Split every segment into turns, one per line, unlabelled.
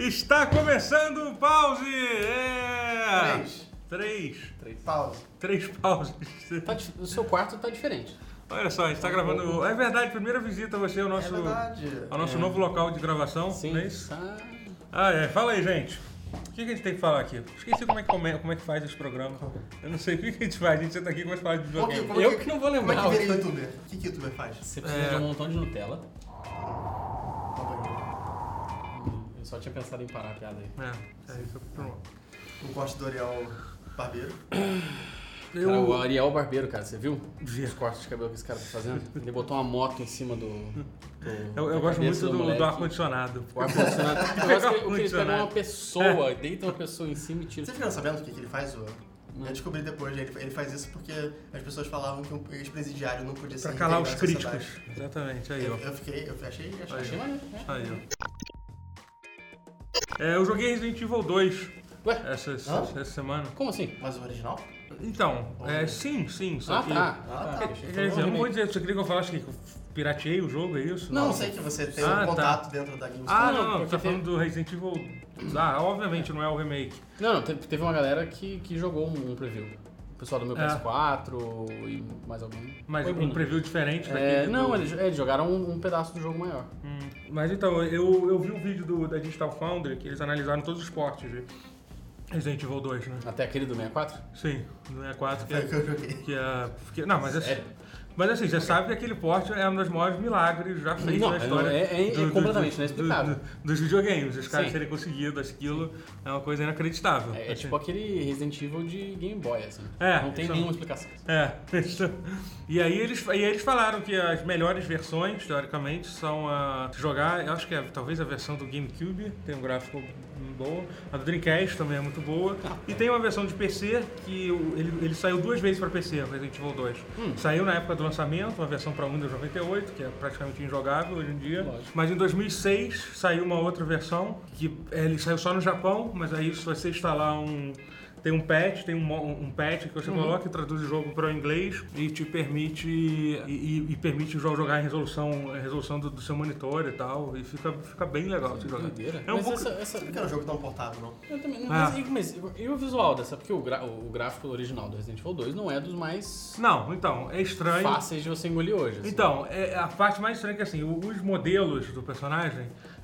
Está começando o pause! Três
pauses.
3 pauses.
O seu quarto tá diferente.
Olha só, a gente tá gravando... É verdade, primeira visita a você ao nosso novo local de gravação.
Sim.
Não é isso? Fala aí, gente. O que a gente tem que falar aqui? Esqueci como é que faz esse programa. Eu não sei o que a gente faz. A gente senta aqui e começa a falar de videogame.
Eu que não vou lembrar.
Como é que vira youtuber? O que youtuber faz?
Você precisa de um montão de Nutella. Eu só tinha pensado em parar a piada aí.
É isso.
Um corte do Ariel Barbeiro.
Cara, o Ariel Barbeiro, cara, você viu?
Vi.
Os cortes de cabelo que esse cara tá fazendo? Ele botou uma moto em cima do
Eu gosto muito do ar-condicionado.
O ar-condicionado. Eu queria pegar uma pessoa, deita uma pessoa em cima e tira.
Você fica sabendo o que ele faz? Eu descobri depois, ele faz isso porque as pessoas falavam que um ex-presidiário não podia ser
pra calar os
integrado
críticos.
à sociedade.
Exatamente, aí ó.
Eu achei
maneiro.
Aí ó. Eu joguei Resident Evil 2
Ué?
essa semana.
Como assim?
Mas o original?
Então, sim, só que... Quer dizer, eu não vou dizer, você queria que eu falasse que eu pirateei o jogo, é isso?
Não, sei que você tem um contato dentro da GameStop.
Não, tá falando do Resident Evil... obviamente não é o remake.
Não, teve uma galera que jogou um preview. O pessoal do meu PS4 e mais alguém.
Mas um preview diferente daquele
Não, eles jogaram um pedaço do jogo maior.
Mas então, eu vi um vídeo da Digital Foundry que eles analisaram todos os portes de Resident Evil 2, né?
Até aquele do 64?
Sim, do 64
Foi o que eu joguei.
Não, mas assim... Mas assim, você sabe que aquele porte é um dos maiores milagres já feitos na história.
É completamente inexplicável.
Dos videogames. Os caras
Sim.
terem conseguido aquilo é uma coisa inacreditável.
É tipo aquele Resident Evil de Game Boy, assim. Não tem nenhuma explicação.
E aí eles falaram que as melhores versões, teoricamente, são a jogar, eu acho que talvez a versão do GameCube, tem um gráfico boa. A do Dreamcast também é muito boa. E tem uma versão de PC que ele saiu 2 vezes para PC, o Resident Evil 2. Saiu na época do lançamento, uma versão para Windows 98, que é praticamente injogável hoje em dia.
Lógico.
Mas em 2006 saiu uma outra versão, que ele saiu só no Japão, mas aí se você instalar tem um patch, um patch que você coloca e traduz o jogo para o inglês e te permite permite jogar em resolução do seu monitor e tal, e fica bem legal de jogar.
É um pouco...
Não era um jogo tão portável, não?
Eu também, mas e o visual dessa? Porque o gráfico original do Resident Evil 2 não é dos mais...
Não, então, é estranho.
Fáceis de você engolir hoje. Assim.
Então, a parte mais estranha é que assim, os modelos do personagem,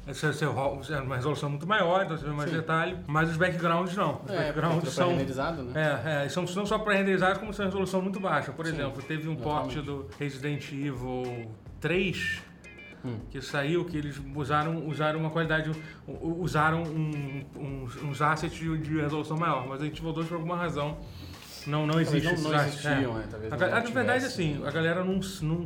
é uma resolução muito maior, então você vê mais detalhe, mas os backgrounds não. Os backgrounds são
pré-renderizado, né?
São não só pré-renderizados, como são resolução muito baixa. Por exemplo, teve um porte do Resident Evil 3 que saiu, que eles usaram uma qualidade, usaram uns assets de resolução maior, mas a gente voltou por alguma razão. Não existe esses assets. Na verdade, assim, a galera não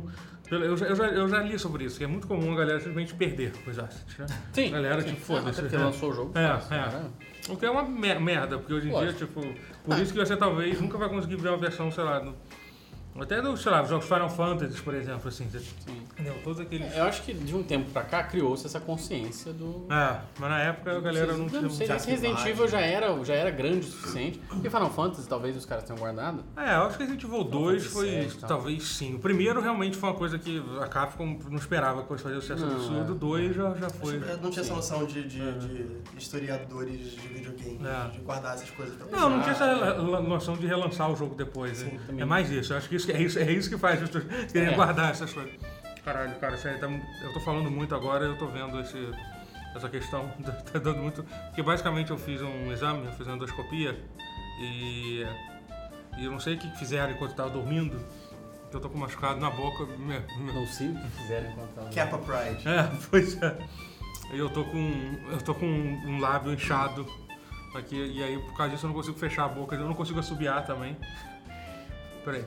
eu já li sobre isso, que é muito comum a galera simplesmente perder os assets, né?
Sim.
A galera, foda-se.
Porque lançou o jogo.
O que é uma merda, porque hoje em dia, por isso que você talvez nunca vai conseguir ver uma versão, sei lá, até dos, sei lá, jogos Final Fantasy, por exemplo, assim. Entendeu? Todos aqueles...
Eu acho que de um tempo pra cá criou-se essa consciência do...
mas na época a galera não tinha...
Não sei se Resident Evil já era grande o suficiente. E Final Fantasy talvez os caras tenham guardado.
Eu acho que Resident Evil 2 foi... Talvez sim. O primeiro realmente foi uma coisa que a Capcom não esperava que fosse fazer sucesso absurdo. O 2 já foi...
Eu não tinha essa noção de historiadores de videogame, de guardar essas coisas.
Não tinha essa noção de relançar o jogo depois.
Sim,
é mais isso. Eu acho que é isso que faz as pessoas querem guardar essas coisas. Caralho, cara, sério, eu tô falando muito agora, eu tô vendo essa questão, tá dando muito... Porque basicamente eu fiz um exame, eu fiz uma endoscopia e eu não sei o que fizeram enquanto eu tava dormindo, que eu tô com machucado na boca.
Não sei o que fizeram enquanto tava
Kappa Pride.
Pois é. E eu tô com um lábio inchado aqui, e aí por causa disso eu não consigo fechar a boca, eu não consigo assobiar também. Peraí.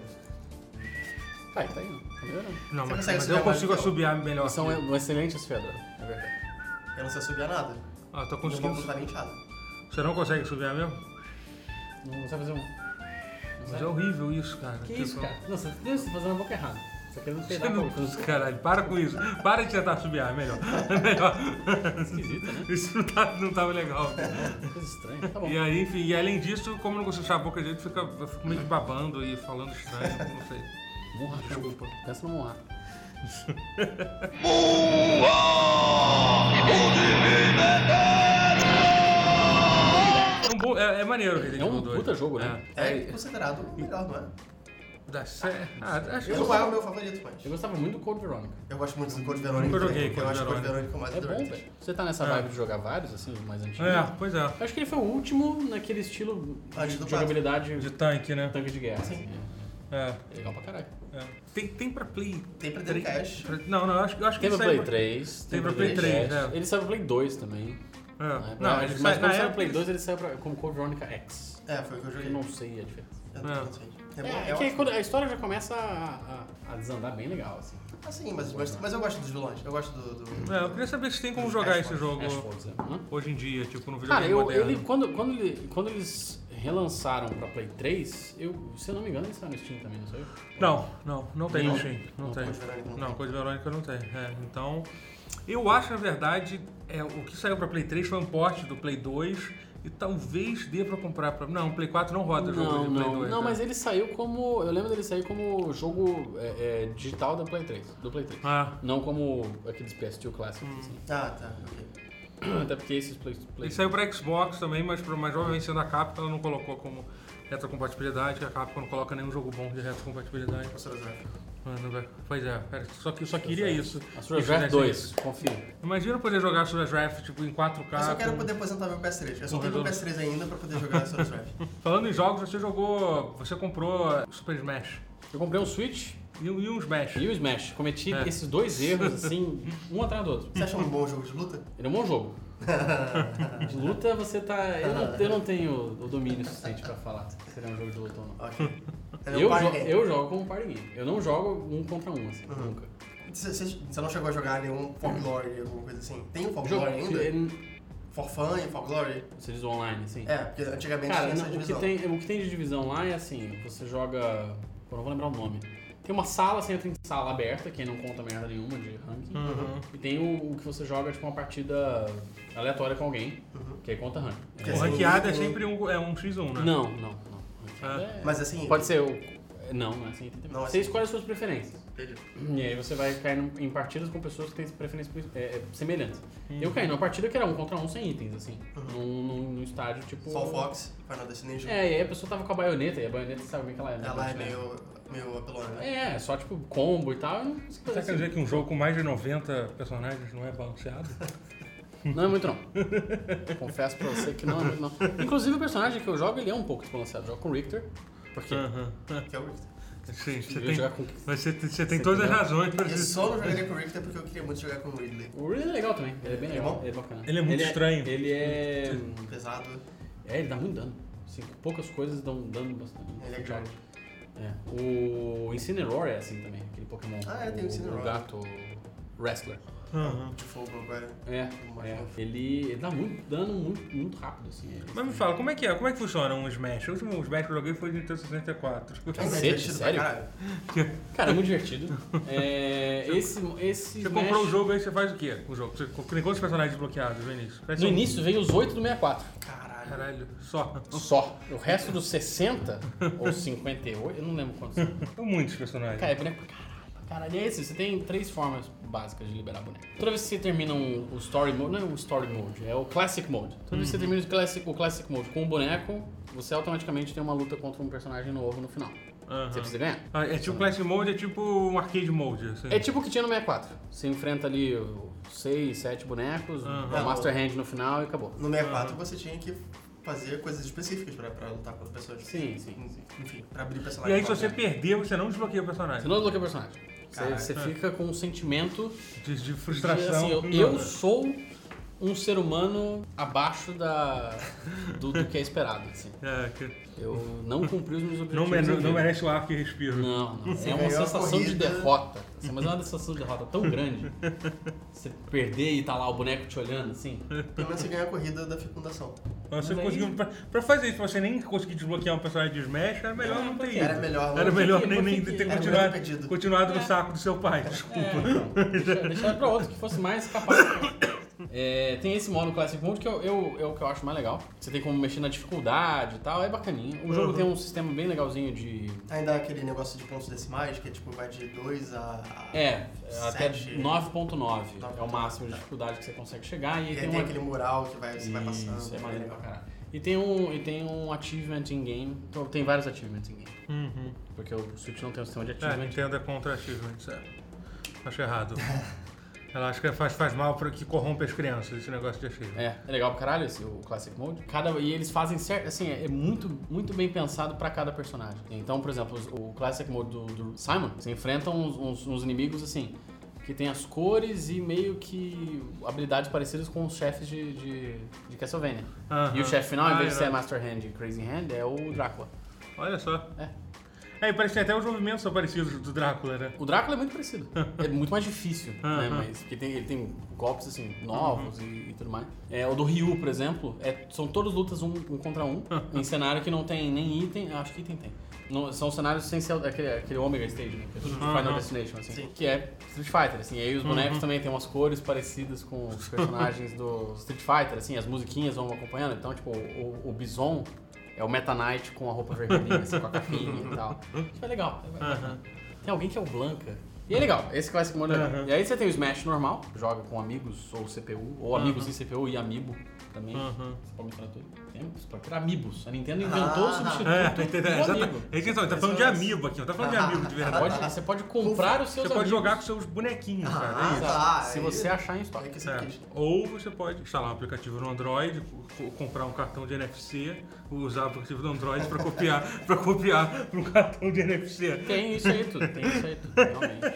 Tá indo.
Não, mas eu consigo assobiar melhor.
São um excelente assobiador, é verdade.
Eu não sei assobiar nada.
Tô conseguindo.
Não tá nem inchado.
Você não consegue assobiar mesmo?
Não sabe fazer um.
Mas é horrível isso, cara.
Que isso, cara? Não, você tá fazendo a boca errada. Você quer não peidar a boca.
Caralho, para com isso. Para de tentar assobiar, é melhor.
Esquisito, né?
Isso não tava legal.
Coisa estranha. Tá bom.
E aí, enfim, e além disso, como eu não consigo fechar a boca direito, eu fico meio que babando e falando estranho, não sei.
Monra, desculpa. Pensa no Monra.
Monra!
É maneiro o Resident
É
Evil
um
2.
puta jogo, né?
É considerado o melhor, não é?
Acho que
Eu não é o meu favorito, mas...
Eu gostava muito do Code Veronica.
Eu gosto muito do Code Veronica.
Nunca joguei
porque eu
Code
acho o Code
Veronica.
Veronica o mais
É bom,
underrated.
velho. Você tá nessa vibe de jogar vários, assim, mais antigos?
Pois é.
Eu acho que ele foi o último naquele estilo
Antes do
de jogabilidade
De tanque, né?
tanque de guerra.
Sim.
Assim,
É.
é legal pra caralho.
Tem pra Play...
Tem pra Dreamcast.
Não, eu acho que
Tem pra
ele
Play
saiu...
3.
Tem pra Play 3,
é.
é.
Ele saiu pra Play 2 também.
É.
Né?
Não,
mas
ele
quando
sai-
saiu
na
pra
época
Play
ele-
2 ele saiu como Code Veronica X.
Foi o que eu
Eu
joguei.
não sei a diferença.
Eu não sei.
É que aí quando a história já começa a desandar bem legal, assim.
Assim, mas eu gosto dos vilões. Eu gosto do...
Eu queria saber se tem como jogar esse jogo
Ashford, né? Hã?
hoje em dia, tipo, no
Cara,
videogame moderno.
quando eles relançaram pra Play 3, se eu não me engano, ele saiu no Steam também, não saiu?
Não tem no Steam. Não tem.
Code Veronica não
Não,
tem.
Code Veronica não tem. Então, eu acho, na verdade, o que saiu pra Play 3 foi um port do Play 2 e talvez dê pra comprar pra... Não, o Play 4 não roda jogo de Play 2.
Não,
né?
mas ele saiu como... Eu lembro dele sair como jogo digital do Play 3. Não como aqueles PS2 Classics, assim.
Tá, ok.
Até porque esses Play...
Ele saiu pra Xbox também, mas obviamente sendo a Capcom, ela não colocou como retrocompatibilidade, a Capcom não coloca nenhum jogo bom de retrocompatibilidade. Pois é, só queria isso.
A Asura's Wrath 2, confia.
Imagina poder jogar Asura's Wrath tipo, em 4K.
Eu só quero poder aposentar meu PS3. Eu só tenho meu PS3 ainda pra poder jogar Asura's Wrath.
Falando em jogos, você comprou Super Smash.
Eu comprei um Switch
E um Smash.
e o Smash. Cometi esses dois erros, assim, um atrás do outro.
Você acha um bom jogo de luta?
Ele é um bom jogo. De luta você tá... Eu não tenho o domínio suficiente pra falar se ele é um jogo de luta ou não.
Ok. Ele é um party game.
Eu jogo como party game. Eu não jogo um contra um, assim, nunca.
Você não chegou a jogar nenhum Folklore, alguma coisa assim? Tem um
Jogo,
Folklore ainda? For Fun e Folklore?
Você diz online, assim?
É, porque antigamente
Cara,
tinha essa
não,
divisão.
o que tem de divisão lá é assim, você joga... Eu não vou lembrar o nome. Tem uma sala, você entra em sala aberta, que aí não conta merda nenhuma de ranking. E tem o que você joga, tipo, uma partida aleatória com alguém, que aí conta ranking.
Porque
O
assim,
ranqueado é
tem-
sempre um X1, né?
Não.
Mas assim...
Pode ser o... Não é assim.
Não é
Você
assim.
escolhe as suas preferências.
Entendi.
E aí você vai cair em partidas com pessoas que têm preferências semelhantes. Eu caí numa partida que era 1 contra 1 sem itens, assim. Num estádio, tipo...
Só o Fox, Final Destination.
E aí a pessoa tava com a baioneta, e a baioneta sabe bem que ela é. né?
Ela é meio apelona, né?
Só tipo combo e tal. Eu não consigo
Você
fazer
quer dizer que um jogo com mais de 90 personagens não é balanceado?
Não é muito não. Confesso pra você que não é muito não. Inclusive o personagem que eu jogo, ele é um pouco desbalanceado. Eu jogo com o Richter. Porque
Que é o Richter.
Sim,
eu ia jogar com...
você tem todas as razões pra
Eu
dizer.
só não jogaria com o Richter porque eu queria muito jogar com o Ridley.
O Ridley é legal também. Ele é bem
Ele é
legal.
bom?
Ele é bacana.
Ele é muito estranho.
Ele é...
Pesado.
Ele dá muito dano. Assim, poucas coisas dão dano bastante.
Ele é grande.
O Incineroar é assim também. Aquele Pokémon.
Tem o Incineroar.
O gato Wrestler.
De fogo agora.
Ele dá muito dano muito rápido, assim.
Mas me fala, como é que funciona um Smash? O último Smash que eu joguei foi de Nintendo 64.
É
Cacete,
divertido pra
sério?
caralho.
Cara, é muito divertido. Esse
Você
Smash...
comprou o jogo, aí você faz o quê com o jogo? Você tem quantos personagens desbloqueados no início?
No início veio os 8 do 64.
Caralho, só.
Só. O resto dos 60 ou 58, eu não lembro quantos são.
São muitos personagens.
Cara, é boneco pra caralho. E é esse, você tem 3 formas básicas de liberar boneco. Toda vez que você termina o Story Mode, não é o Story Mode, é o Classic Mode. Toda vez que você termina o Classic Mode com o boneco, você automaticamente tem uma luta contra um personagem novo no final. Você precisa ganhar.
É tipo Classic Mode, é tipo um Arcade Mode. Assim.
É tipo o que tinha no 64. Você enfrenta ali 6, 7 bonecos, o Master Hand no final e acabou.
No 64 você tinha que fazer coisas específicas pra lutar contra pessoas.
Sim.
Enfim, pra abrir
E
personagem.
aí, se você perder, você não desbloqueia o personagem.
Você não desbloqueia o personagem.
Caraca.
Você fica com um sentimento
De
de,
frustração.
assim, eu sou um ser humano abaixo do que é esperado. Assim. Eu não cumpri os meus objetivos.
Não merece o ar que respiro.
Não.
Você
É uma
ganhou a
sensação de
corrida.
derrota. Assim, mas é uma sensação de derrota tão grande. Você perder e tá lá o boneco te olhando, assim.
Pelo menos você ganha a corrida da fecundação.
Mas você
Mas aí-
conseguiu. Pra fazer isso, você nem conseguir desbloquear um personagem de Smash, era melhor não ter ido.
Era melhor
Era
não-
melhor
Por
nem
que-
ter
era melhor ter pedido.
continuado no saco do seu pai. Desculpa.
Deixar pra outro que fosse mais capaz. Tem esse modo Classic Mode que é o que eu acho mais legal. Você tem como mexer na dificuldade e tal, é bacaninha. O jogo tem um sistema bem legalzinho de...
Ainda há aquele negócio de pontos decimais, que é tipo, vai de 2 a...
até
7.
9.9 é o máximo de dificuldade que você consegue chegar. E
E
aí
aí tem aquele mural que você vai passando.
Isso, é maneiro pra caralho. E tem um achievement in-game. Então, tem vários achievements in-game. Porque o Switch não tem um sistema de achievement.
Nintendo é contra achievement, sério. Acho errado. Ela acha que faz mal que corrompe as crianças, esse negócio de achievement.
É legal pra caralho o Classic Mode. E eles fazem certo, assim, é muito, muito bem pensado pra cada personagem. Então, por exemplo, o Classic Mode do Simon, você enfrenta uns inimigos, assim, que tem as cores e meio que habilidades parecidas com os chefes de Castlevania. E o chefe final, em vez de ser a Master Hand e Crazy Hand, é o Drácula.
Olha só. E parece que até os movimentos são parecidos do Drácula, né?
O Drácula é muito parecido. É muito mais difícil, né? Mas porque ele tem golpes assim, novos e tudo mais. O do Ryu, por exemplo, são todas lutas um contra um, em cenário que não tem nem item. Acho que item tem. Não, são cenários sem ser aquele Omega Stage, né? Que é tudo Final Destination, assim. Sim. Que é Street Fighter, assim. E aí os bonecos também tem umas cores parecidas com os personagens do Street Fighter, assim. As musiquinhas vão acompanhando. Então, tipo, o Bison é o Meta Knight com a roupa vermelhinha, assim, com a capinha e tal. Isso é legal. Tem alguém que é o Blanca. E é legal, esse Classic Mode é legal. E aí você tem o Smash normal, joga com amigos ou CPU, ou amigos e CPU e Amiibo também. Você pode misturar tudo. Você pode ter Amiibos. A Nintendo inventou o substituto do Amiibo.
Tá falando de Amiibo aqui, não tá falando de Amiibo de verdade.
Você pode comprar os seus
Você pode jogar com seus bonequinhos, cara.
Se você achar em estoque.
Ou você pode instalar um aplicativo no Android, comprar um cartão de NFC, usar o aplicativo do Android pra copiar para um cartão de NFC.
Tem isso aí tudo, realmente.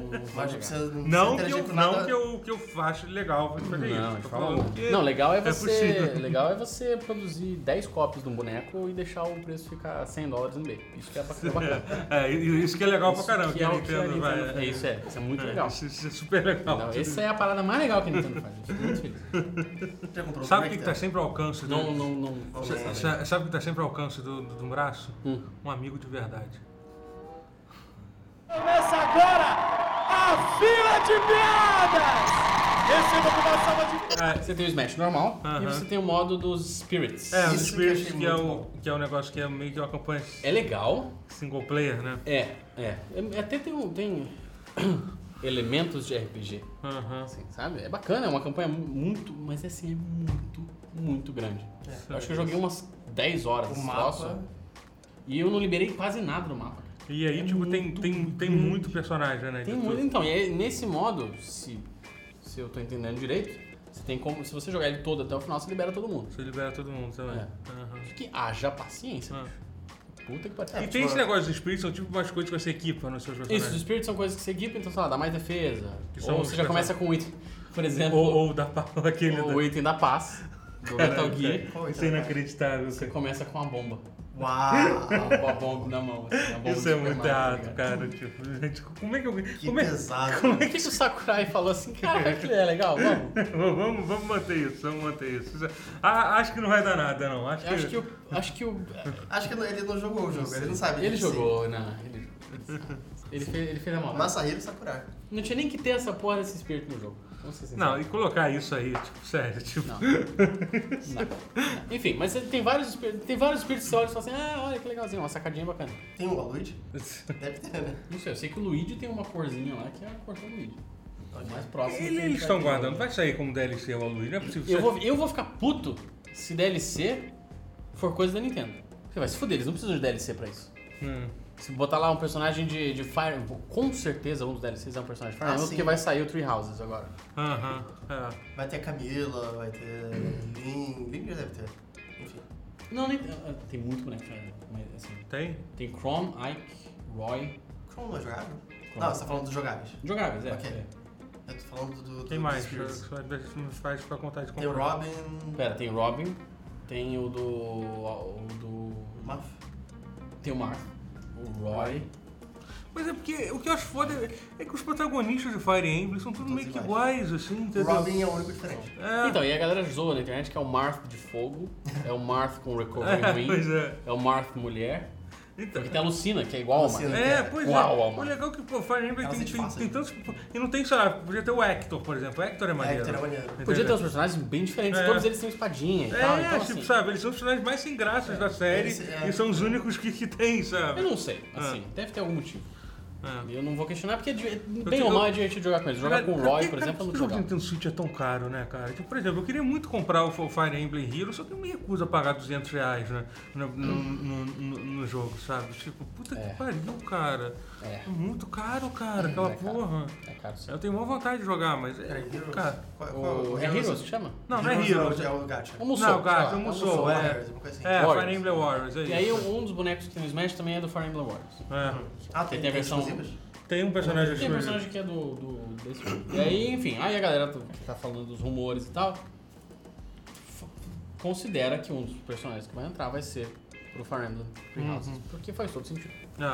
Não que eu acho legal fazer isso.
Não, legal é você produzir 10 cópias de um boneco e deixar o preço ficar $100 no eBay. Isso que é bacana.
Isso que é legal pra caramba. Que a Nintendo
vai... Isso é muito legal.
Isso é super legal.
Não, essa é a parada mais legal que a Nintendo faz. Eu fico muito feliz.
Sabe o que tá sempre ao alcance?
Não.
Sabe o que tá sempre ao alcance do braço? Um amigo de verdade.
Começa agora a fila de piadas! Receba uma salva de...
Você tem o Smash normal e você tem o modo dos Spirits.
Os Spirits que é um negócio que é meio que uma campanha...
É legal.
Single player, né?
Até tem elementos de RPG. Assim, sabe? É bacana, é uma campanha mas assim, é muito grande. Eu acho que eu joguei umas 10 horas.
O mapa...
E eu não liberei quase nada do mapa.
E aí, tem muito personagem, né?
Tem muito, então. E aí, nesse modo, se eu tô entendendo direito, você tem como, se você jogar ele todo até o final, você libera todo mundo.
Você libera todo mundo também.
Acho que haja paciência, bicho. Puta que pariu.
E tem esse negócio dos Spirits, são tipo umas coisas que você equipa nos seus personagens.
Isso, os Spirits são coisas que você equipa, então, sei lá, dá mais defesa.
Ou
você já começa com o item, por exemplo...
Ou aquele...
O item da paz, do Metal Gear.
Isso é inacreditável.
Você começa com a bomba.
Uau!
Com a bomba na mão. Assim,
isso é muito errado, cara. Tipo, gente, como é que eu...
pesado.
Por que o Sakurai falou assim, cara, que é legal, vamos?
Vamos manter isso. Acho que não vai dar nada, não.
Acho que ele não jogou o jogo, ele não sabe.
Ele jogou, Ele fez a maldade.
Masahiro Sakurai.
Não tinha nem que ter essa porra desse espírito no jogo.
Não, e colocar isso aí, tipo, sério, tipo...
Não. Enfim, mas tem vários espíritos que você olha e fala assim, olha que legalzinho, uma sacadinha bacana.
Tem um Luigi? Deve ter, né?
Não sei, eu sei que o Luigi tem uma corzinha lá que é a cor do Luigi. O mais próximo.
Eles estão guardando, vai sair como DLC o Luigi, não é possível.
Eu vou ficar puto se DLC for coisa da Nintendo. Você vai se fuder, eles não precisam de DLC pra isso. Se botar lá um personagem de Fire Emblem, com certeza um dos DLCs é um personagem de Fire Emblem, porque vai sair o Three Houses agora.
Vai ter a Camila, vai ter Link já deve ter. Enfim.
Não, nem tem muito boneco Fire Emblem, mas assim... Tem Chrom, Ike, Roy...
Chrom não é jogável? Não, você tá falando dos jogáveis.
Jogáveis,
Ok. Eu tô falando do
tem mais, faz pra contar de comprar.
Tem o Robin...
Pera, tem o Robin, tem o do...
Marth?
Tem o Marth. O Roy.
Mas é porque o que eu acho foda é que os protagonistas de Fire Emblem são tudo meio que iguais, assim, entendeu?
O Robin é o único diferente.
Então, e a galera zoa na internet que é o Marth de fogo, é o Marth com Recovering Wind, é o Marth mulher. Então, porque tem a Lucina, que é igual ao Marth.
Pois o legal é que o Fire Emblem tem tantos... E não tem, sei lá, podia ter o Hector, por exemplo. O Hector é maneiro.
Podia ter uns personagens bem diferentes, todos eles têm espadinha e tal. Então,
tipo, sabe, eles são os personagens mais sem graças da série e são os únicos que tem, sabe?
Eu não sei, assim, deve ter algum motivo. E eu não vou questionar, porque bem ou mal é divertido jogar com eles. Jogar com o Roy, por exemplo, é muito
legal. O jogo
legal.
Nintendo Switch é tão caro, né, cara? Tipo, por exemplo, eu queria muito comprar o Fire Emblem Heroes, só que eu me recuso a pagar R$200, né? No jogo, sabe? Tipo, puta que pariu, cara. É muito caro, cara, aquela porra.
É caro, sim.
Eu tenho maior vontade de jogar, mas é caro.
É Heroes que chama?
Não é Heroes.
É o Gacha.
O Musou.
Não, o Gacha, o Musou. Fire Emblem Warriors, é isso.
E aí um dos bonecos que tem no Smash também é do Fire Emblem Warriors.
Tem
a versão...
Tem um personagem
Tem um personagem que é desse jogo. E aí, enfim, aí a galera que tá falando dos rumores e tal, considera que um dos personagens que vai entrar vai ser pro Fire Emblem Three Houses, porque faz todo sentido.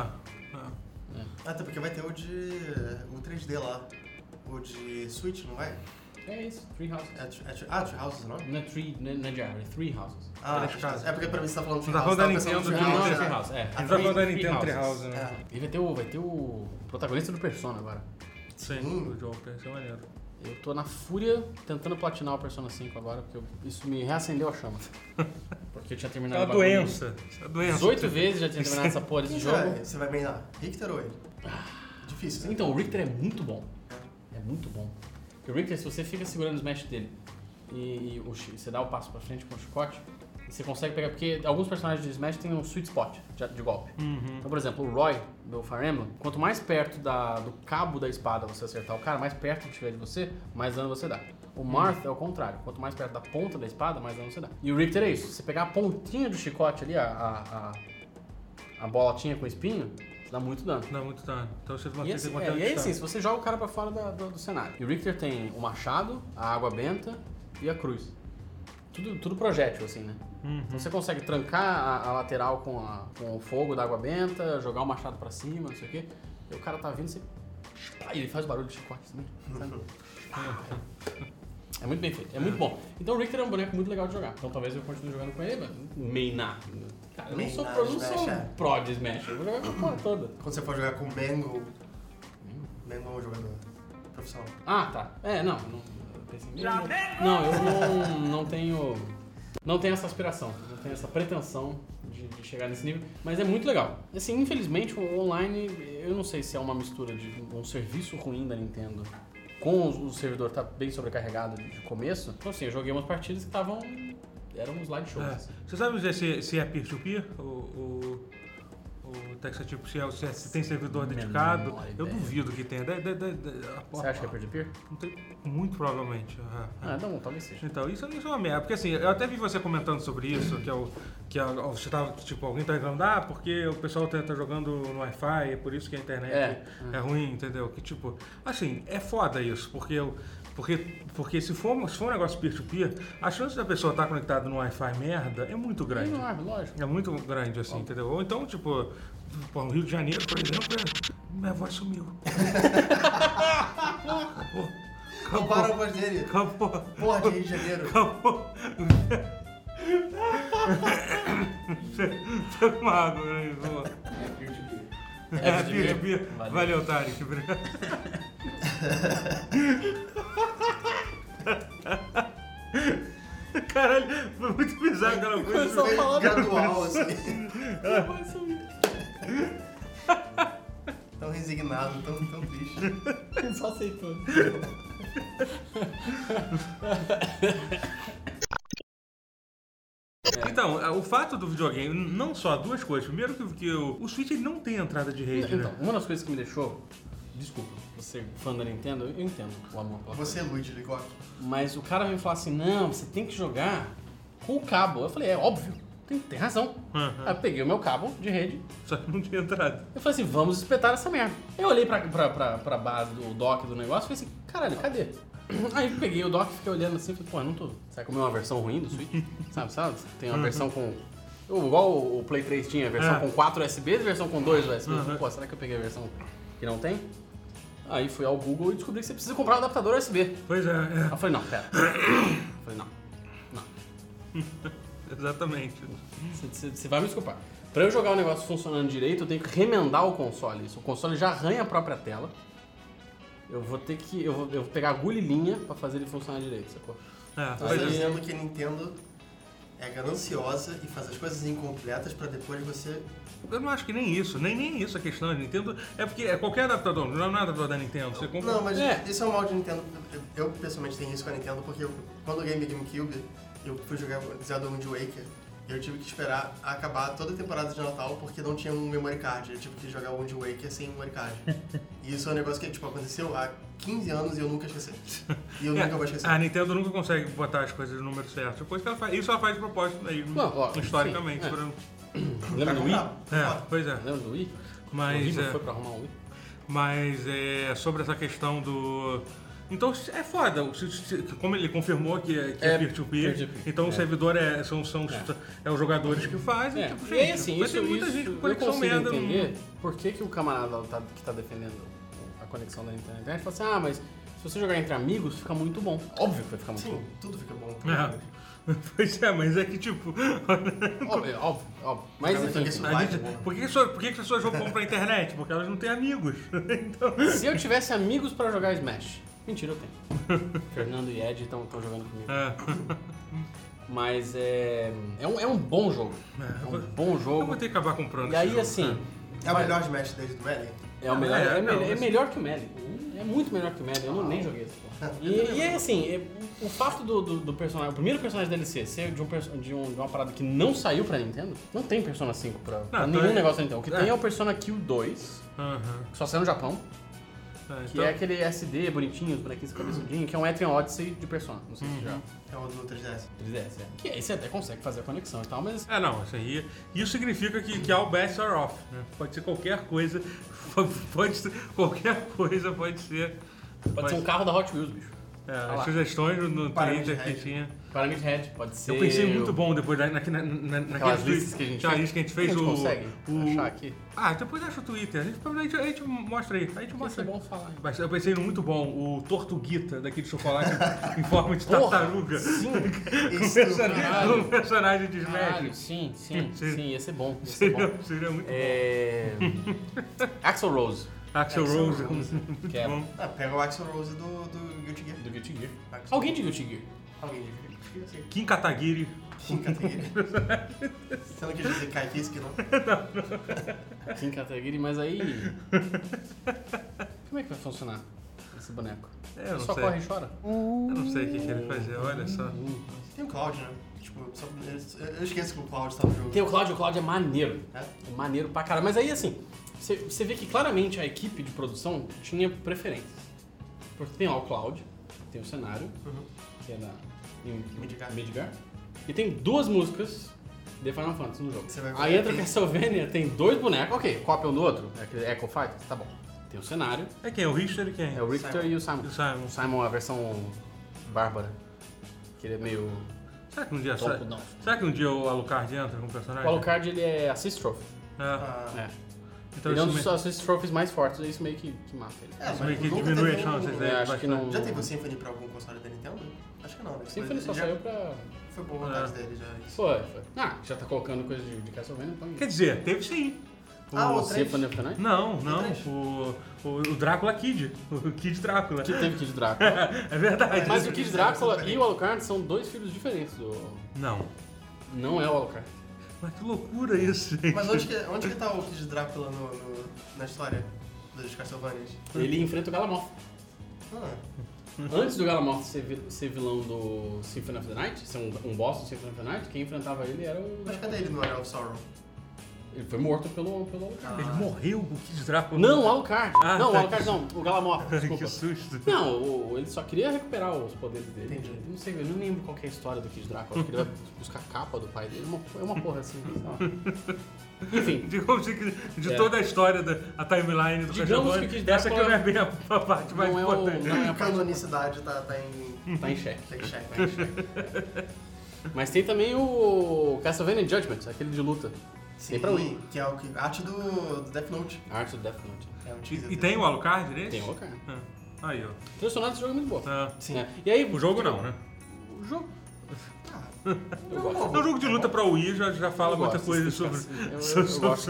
Até porque vai ter o 3D lá. O de Switch, não vai?
É isso, Three Houses.
Three Houses, não?
Não é de árvore, Three Houses.
É porque pra mim você tá falando de
Tree House. Tá falando da Nintendo
Three Houses.
A gente tá falando da Nintendo Tree House, né?
E vai ter o protagonista do Persona agora.
Sim, o Joker, isso é maneiro.
Eu tô na fúria tentando platinar o Persona 5 agora, porque isso me reacendeu a chama. Porque eu tinha terminado
a doença.
18 vezes já tinha terminado essa porra desse jogo.
Você vai beijar? Richter ou ele? Difícil, né?
Então, o Richter é muito bom. É muito bom. Porque o Richter, se você fica segurando o smash dele e você dá o passo pra frente com o chicote, você consegue pegar, porque alguns personagens de Smash têm um sweet spot de golpe. Então, por exemplo, o Roy do Fire Emblem, quanto mais perto do cabo da espada você acertar o cara, mais perto que tiver de você, mais dano você dá. O Marth é o contrário, quanto mais perto da ponta da espada, mais dano você dá. E o Richter é isso, se você pegar a pontinha do chicote ali, a bolotinha com espinho, você dá muito dano.
Dá muito dano. Então você vai ter que
manter e aí sim, se você joga o cara pra fora do cenário. E o Richter tem o machado, a água benta e a cruz. Tudo projétil, assim, né? Então você consegue trancar a lateral com o fogo da água benta, jogar o machado pra cima, não sei o quê. E o cara tá vindo, você... E ele faz o barulho de chicote também, sabe? É muito bem feito, é muito bom. Então o Richter é um boneco muito legal de jogar. Então talvez eu continue jogando com ele, mas mainar. Cara, eu não sou pro de Smash, eu vou jogar com a porra toda.
Quando você for jogar com o Mango é um jogador profissional.
Ah, tá. Não, eu não tenho essa aspiração, não tenho essa pretensão de chegar nesse nível, mas é muito legal. Assim, infelizmente, o online, eu não sei se é uma mistura de um serviço ruim da Nintendo com o servidor tá bem sobrecarregado de começo. Então assim, eu joguei umas partidas que eram uns slideshows. Assim.
Você sabe dizer se é peer-to-peer? O Texas, tipo, se tem servidor dedicado, eu duvido que tenha.
Você acha que é peer-to-peer?
Muito provavelmente.
Não, talvez seja.
Então, isso é uma merda. Porque assim, eu até vi você comentando sobre isso, você tava, tipo, alguém tá reclamando, porque o pessoal tá jogando no Wi-Fi, é por isso que a internet é ruim, entendeu? Que tipo, assim, é foda isso, porque se for um negócio peer-to-peer, a chance da pessoa estar conectada no Wi-Fi merda é muito grande.
Lógico.
É muito grande, assim, entendeu? Ou então, tipo, no Rio de Janeiro, por exemplo, minha voz sumiu. Acabou.
Roubaram a voz dele.
Acabou.
Porra de Rio de Janeiro.
Acabou. Tá com uma água, né? É peer-to-peer. Valeu, Tarek. Obrigado. Caralho, foi muito bizarro aquela coisa.
Foi gradual, assim. Tão resignado, tão triste.
Ele só aceitou.
Então, o fato do videogame, não só duas coisas. Primeiro que o Switch ele não tem entrada de rede,
então,
né?
Uma das coisas que me deixou... Desculpa, você fã da Nintendo, eu entendo o amor pela coisa.
Você é Luigi Ligotti.
Mas o cara me falar assim, não, você tem que jogar com o cabo. Eu falei, é óbvio, tem razão. Aí eu peguei o meu cabo de rede.
Só que não tinha entrada.
Eu falei assim, vamos espetar essa merda. Eu olhei pra base do dock do negócio e falei assim, caralho, cadê? Aí eu peguei o dock e fiquei olhando assim, falei, pô, não tô... Será que é uma versão ruim do Switch? sabe? Tem uma versão com... Igual o Play 3 tinha, a versão com 4 USBs e versão com 2 USBs. Pô, será que eu peguei a versão que não tem? Aí fui ao Google e descobri que você precisa comprar um adaptador USB.
Pois é.
Aí eu falei, não, pera. Eu falei, não.
Exatamente.
Você vai me desculpar. Pra eu jogar o negócio funcionando direito, eu tenho que remendar o console. O console já arranha a própria tela. Eu vou pegar agulha e linha pra fazer ele funcionar direito, sacou?
Tô dizendo que Nintendo é gananciosa e faz as coisas incompletas pra depois você...
Eu não acho que nem isso, nem isso a questão da Nintendo. É porque é qualquer adaptador, não é adaptador da Nintendo. Você compra...
Não, mas isso é um mal de Nintendo. Eu pessoalmente tenho isso com a Nintendo porque quando eu ganhei meu GameCube, eu fui jogar Zelda Wind Waker e eu tive que esperar acabar toda a temporada de Natal porque não tinha um memory card. Eu tive que jogar Wind Waker sem memory card. E isso é um negócio que aconteceu há 15 anos e eu nunca esqueci. E eu nunca vou esquecer.
A Nintendo nunca consegue botar as coisas no número certo. Coisa que ela faz, isso ela faz de propósito aí, historicamente.
Lembra do Wii?
Pois é.
Lembra do Wii?
Mas,
foi pra arrumar o Wii?
Mas sobre essa questão do... Então é foda, como ele confirmou que é peer-to-peer, então o servidor são os jogadores que fazem, tipo, gente,
e aí, assim,
tem muita gente com conexão
eu consigo
merda.
Entender por que o camarada que tá defendendo a conexão da internet fala assim, mas se você jogar entre amigos, fica muito bom. Óbvio que vai ficar muito bom.
Tudo fica bom.
Pois é, mas é que tipo...
Óbvio. Mas enfim...
Por que as pessoas jogam pra internet? Porque elas não têm amigos. Então...
Se eu tivesse amigos pra jogar Smash... Mentira, eu tenho. Fernando e Ed estão jogando comigo. Mas é um bom jogo. É um bom jogo.
Eu vou ter que acabar comprando.
E aí, assim...
É o melhor Smash desde o Melee?
É o melhor. É melhor que o Melee. É muito melhor que o Melee. Eu nem joguei esse porra. E é assim, o fato do personagem, o primeiro personagem DLC ser de uma parada que não saiu pra Nintendo, não tem Persona 5 pra nenhum negócio da Nintendo. O que tem é o Persona Q 2, que só saiu no Japão. Que é aquele SD bonitinho, os bonequinhos cabeçudinhos, que é um Etrian Odyssey de Persona. Não sei se já.
É o do 3DS.
3DS, Que aí você até consegue fazer a conexão e tal, mas...
não, isso significa que all bets are off, né? Pode ser qualquer coisa, pode ser
um carro da Hot Wheels, bicho.
As sugestões no Twitter que tinha.
Pyramid Head, pode ser...
Eu pensei muito bom depois
naquelas listas que a gente fez.
Que a gente fez.
Consegue achar aqui?
Depois acha o Twitter. A gente mostra aí.
Isso é bom falar.
Eu pensei no muito bom, o Tortuguita, daquele chocolate em forma de tartaruga.
Sim!
Um personagem de Smash.
Caralho, sim, ia ser bom.
Seria muito bom.
Axl Rose.
Axl Rose,
que é bom.
Pega o Axl Rose do Guilty Gear.
Do Guilty Gear. Alguém de Guilty Gear?
Alguém de Guilty Gear, sim.
Kim Kataguiri.
Você não quis dizer Kai Fisk, não?
Kim Kataguiri, mas aí... Como é que vai funcionar esse boneco?
Eu não
só
sei.
Corre e chora?
Eu não sei o que ele fazer, olha só.
Tem o Cloud, né? Tipo, eu esqueço que o Cloud tá no jogo.
Tem o Cloud é maneiro. É maneiro pra caralho. Mas aí, assim, você vê que claramente a equipe de produção tinha preferências. Porque tem lá o Cloud, tem o cenário, que é Midgar, e tem 2 músicas de Final Fantasy no jogo. Aí entra Castlevania, tem 2 bonecos, ok, cópia um do outro, é aquele Echo Fighter, tá bom. Tem o cenário.
É quem? O Richter e quem?
É o Richter e o Simon. O Simon é a versão bárbara, que ele é meio...
Será que um dia o Alucard entra com o personagem?
O Alucard, ele é Assist Trophy. Então, ele é um dos Assist Trophies mais fortes, e isso meio que mata ele.
Isso meio que diminui as chances dele.
Acho que não...
Já teve o Symphony pra algum console da Nintendo? Acho que não, né?
O Symphony só saiu pra...
Foi por vontade dele já. Isso.
Foi. Já tá colocando coisa de Castlevania, então...
Quer dizer, teve sim.
O
Symphony of the Night?
Não. O Drácula Kid. O Kid Drácula.
Que teve Kid Drácula.
É verdade.
Mas o Kid Drácula e o Alucard são 2 filhos diferentes do...
Não.
Não é o Alucard.
Mas que loucura isso, gente.
Mas onde que tá o Kid Drácula na história dos Castlevanias?
Ele enfrenta o Galamoth. Antes do Galamoth ser vilão do Symphony of the Night, ser um boss do Symphony of the Night, quem enfrentava ele era o...
Mas cadê ele no Era of Sorrow?
Ele foi morto pelo Alucard.
Ele morreu, o Kid Drácula?
Não, o Alucard. Não, o Alucard não. O Galamoth, desculpa.
Que susto.
Não, ele só queria recuperar os poderes dele.
Entendi.
Eu não sei, eu não lembro qual que é a história do Kid Drácula. Acho que ele vai buscar a capa do pai dele. É uma porra assim. Enfim.
Digamos de toda a história da timeline do Castlevania, essa aqui não é bem a parte mais importante.
A canonicidade tá
em xeque.
Tá em xeque.
Mas tem também o Castlevania Judgment, aquele de luta.
Sim,
tem pra Wii.
Que é a arte do Death Note.
A arte do Death Note.
É um teaser
E tem o Alucard nesse?
Tem o Alucard.
Aí, ó.
A trilha sonora desse jogo é muito boa.
Sim.
E aí,
O jogo não, né?
O jogo...
É um jogo de luta pra Wii, já fala muita coisa sobre isso.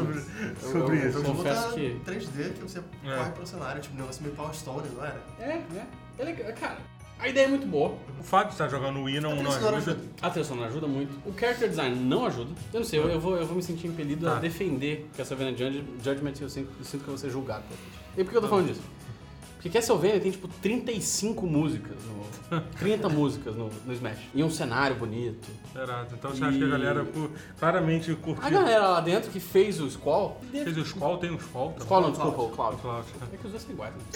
Eu
confesso que...
3D que você corre pelo cenário, tipo um negócio meio Power Stone, não era?
É legal. Cara, A ideia é muito boa.
O fato de estar jogando o Wii não ajuda.
A trilha sonora ajuda muito. O character design não ajuda. Eu não sei, eu vou me sentir impelido a defender Castlevania Judgment e eu sinto que eu vou ser julgado. E por que eu tô falando disso? Porque Castlevania tem tipo 35 músicas, 30 músicas no Smash. E um cenário bonito.
Exato. Então você acha que a galera claramente curtiu?
A galera lá dentro que fez o Squall...
Fez o Squall, tem um Squall também.
Squall não, desculpa, o Cloud.
É
que os dois são iguais, né?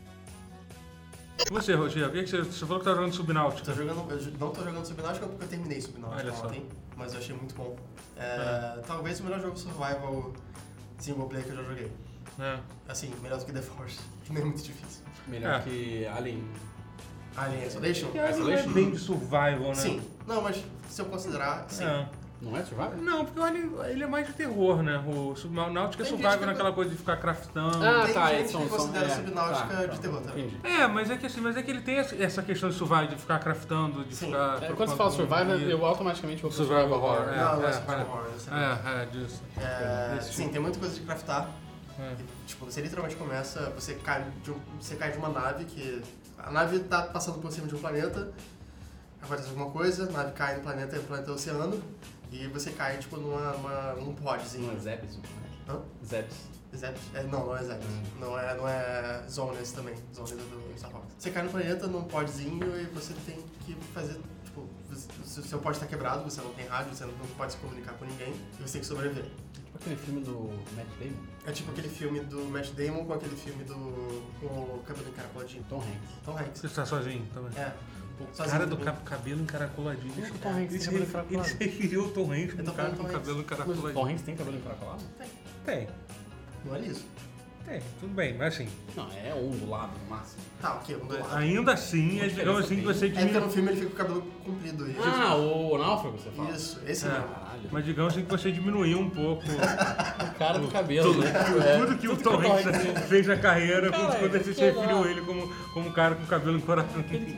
E você, Roger, o que você falou que tá jogando Subnáutica?
Eu não tô jogando Subnáutica porque eu terminei Subnáutica ontem, mas eu achei muito bom. Talvez o melhor jogo survival single player que eu já joguei. Assim, melhor do que The Force, que não é muito difícil.
Melhor que Alien
Isolation?
Não é bem de survival, né?
Sim. Não, mas se eu considerar, sim.
Não é survival?
Não, porque o Alien, ele é mais de terror, né? O Subnáutica é survival naquela coisa de ficar craftando.
Tem gente que considera Subnáutica de terror também.
Mas é que ele tem essa questão de survival, de ficar craftando, de ficar...
Quando você fala survival, eu automaticamente vou pro survival horror.
Não é survival horror.
Disso.
Sim, tem muita coisa de craftar. Tipo, você literalmente começa, você cai de uma nave que... A nave tá passando por cima de um planeta, acontece alguma coisa, a nave cai no planeta, e o planeta é o oceano, e você cai, tipo, num podzinho.
Não é Zebes?
Hã?
Zebes.
Não é Zebes. Não é Zones também. Zones é do Star Fox. Você cai no planeta, num podzinho, e você tem que fazer, tipo, o seu pod tá quebrado, você não tem rádio, você não pode se comunicar com ninguém, e você tem que sobreviver.
Aquele filme do Matt Damon?
É tipo aquele filme do Matt Damon com aquele filme com o cabelo encaracoladinho.
Tom Hanks.
Você tá sozinho também?
O
cara do cabelo encaracoladinho.
Como que o Tom Hanks tem cabelo encaracolado?
Ele referiu o Tom Hanks como um cara com cabelo encaracoladinho.
Mas o Tom Hanks tem cabelo encaracolado?
Tem.
Não é liso?
Tem, tudo bem, mas assim...
Não, é ondulado no máximo.
Tá, ok, ondulado.
Ainda assim, digamos assim que você
diminui... porque no filme ele fica com o cabelo comprido.
O Náufrago, você fala?
Isso, esse mesmo.
Mas digamos assim que você diminuiu um pouco...
o cara do cabelo, né?
Tudo que o Tom Hanks fez na carreira, quando você se referiu ele como um cara com cabelo encoracolado.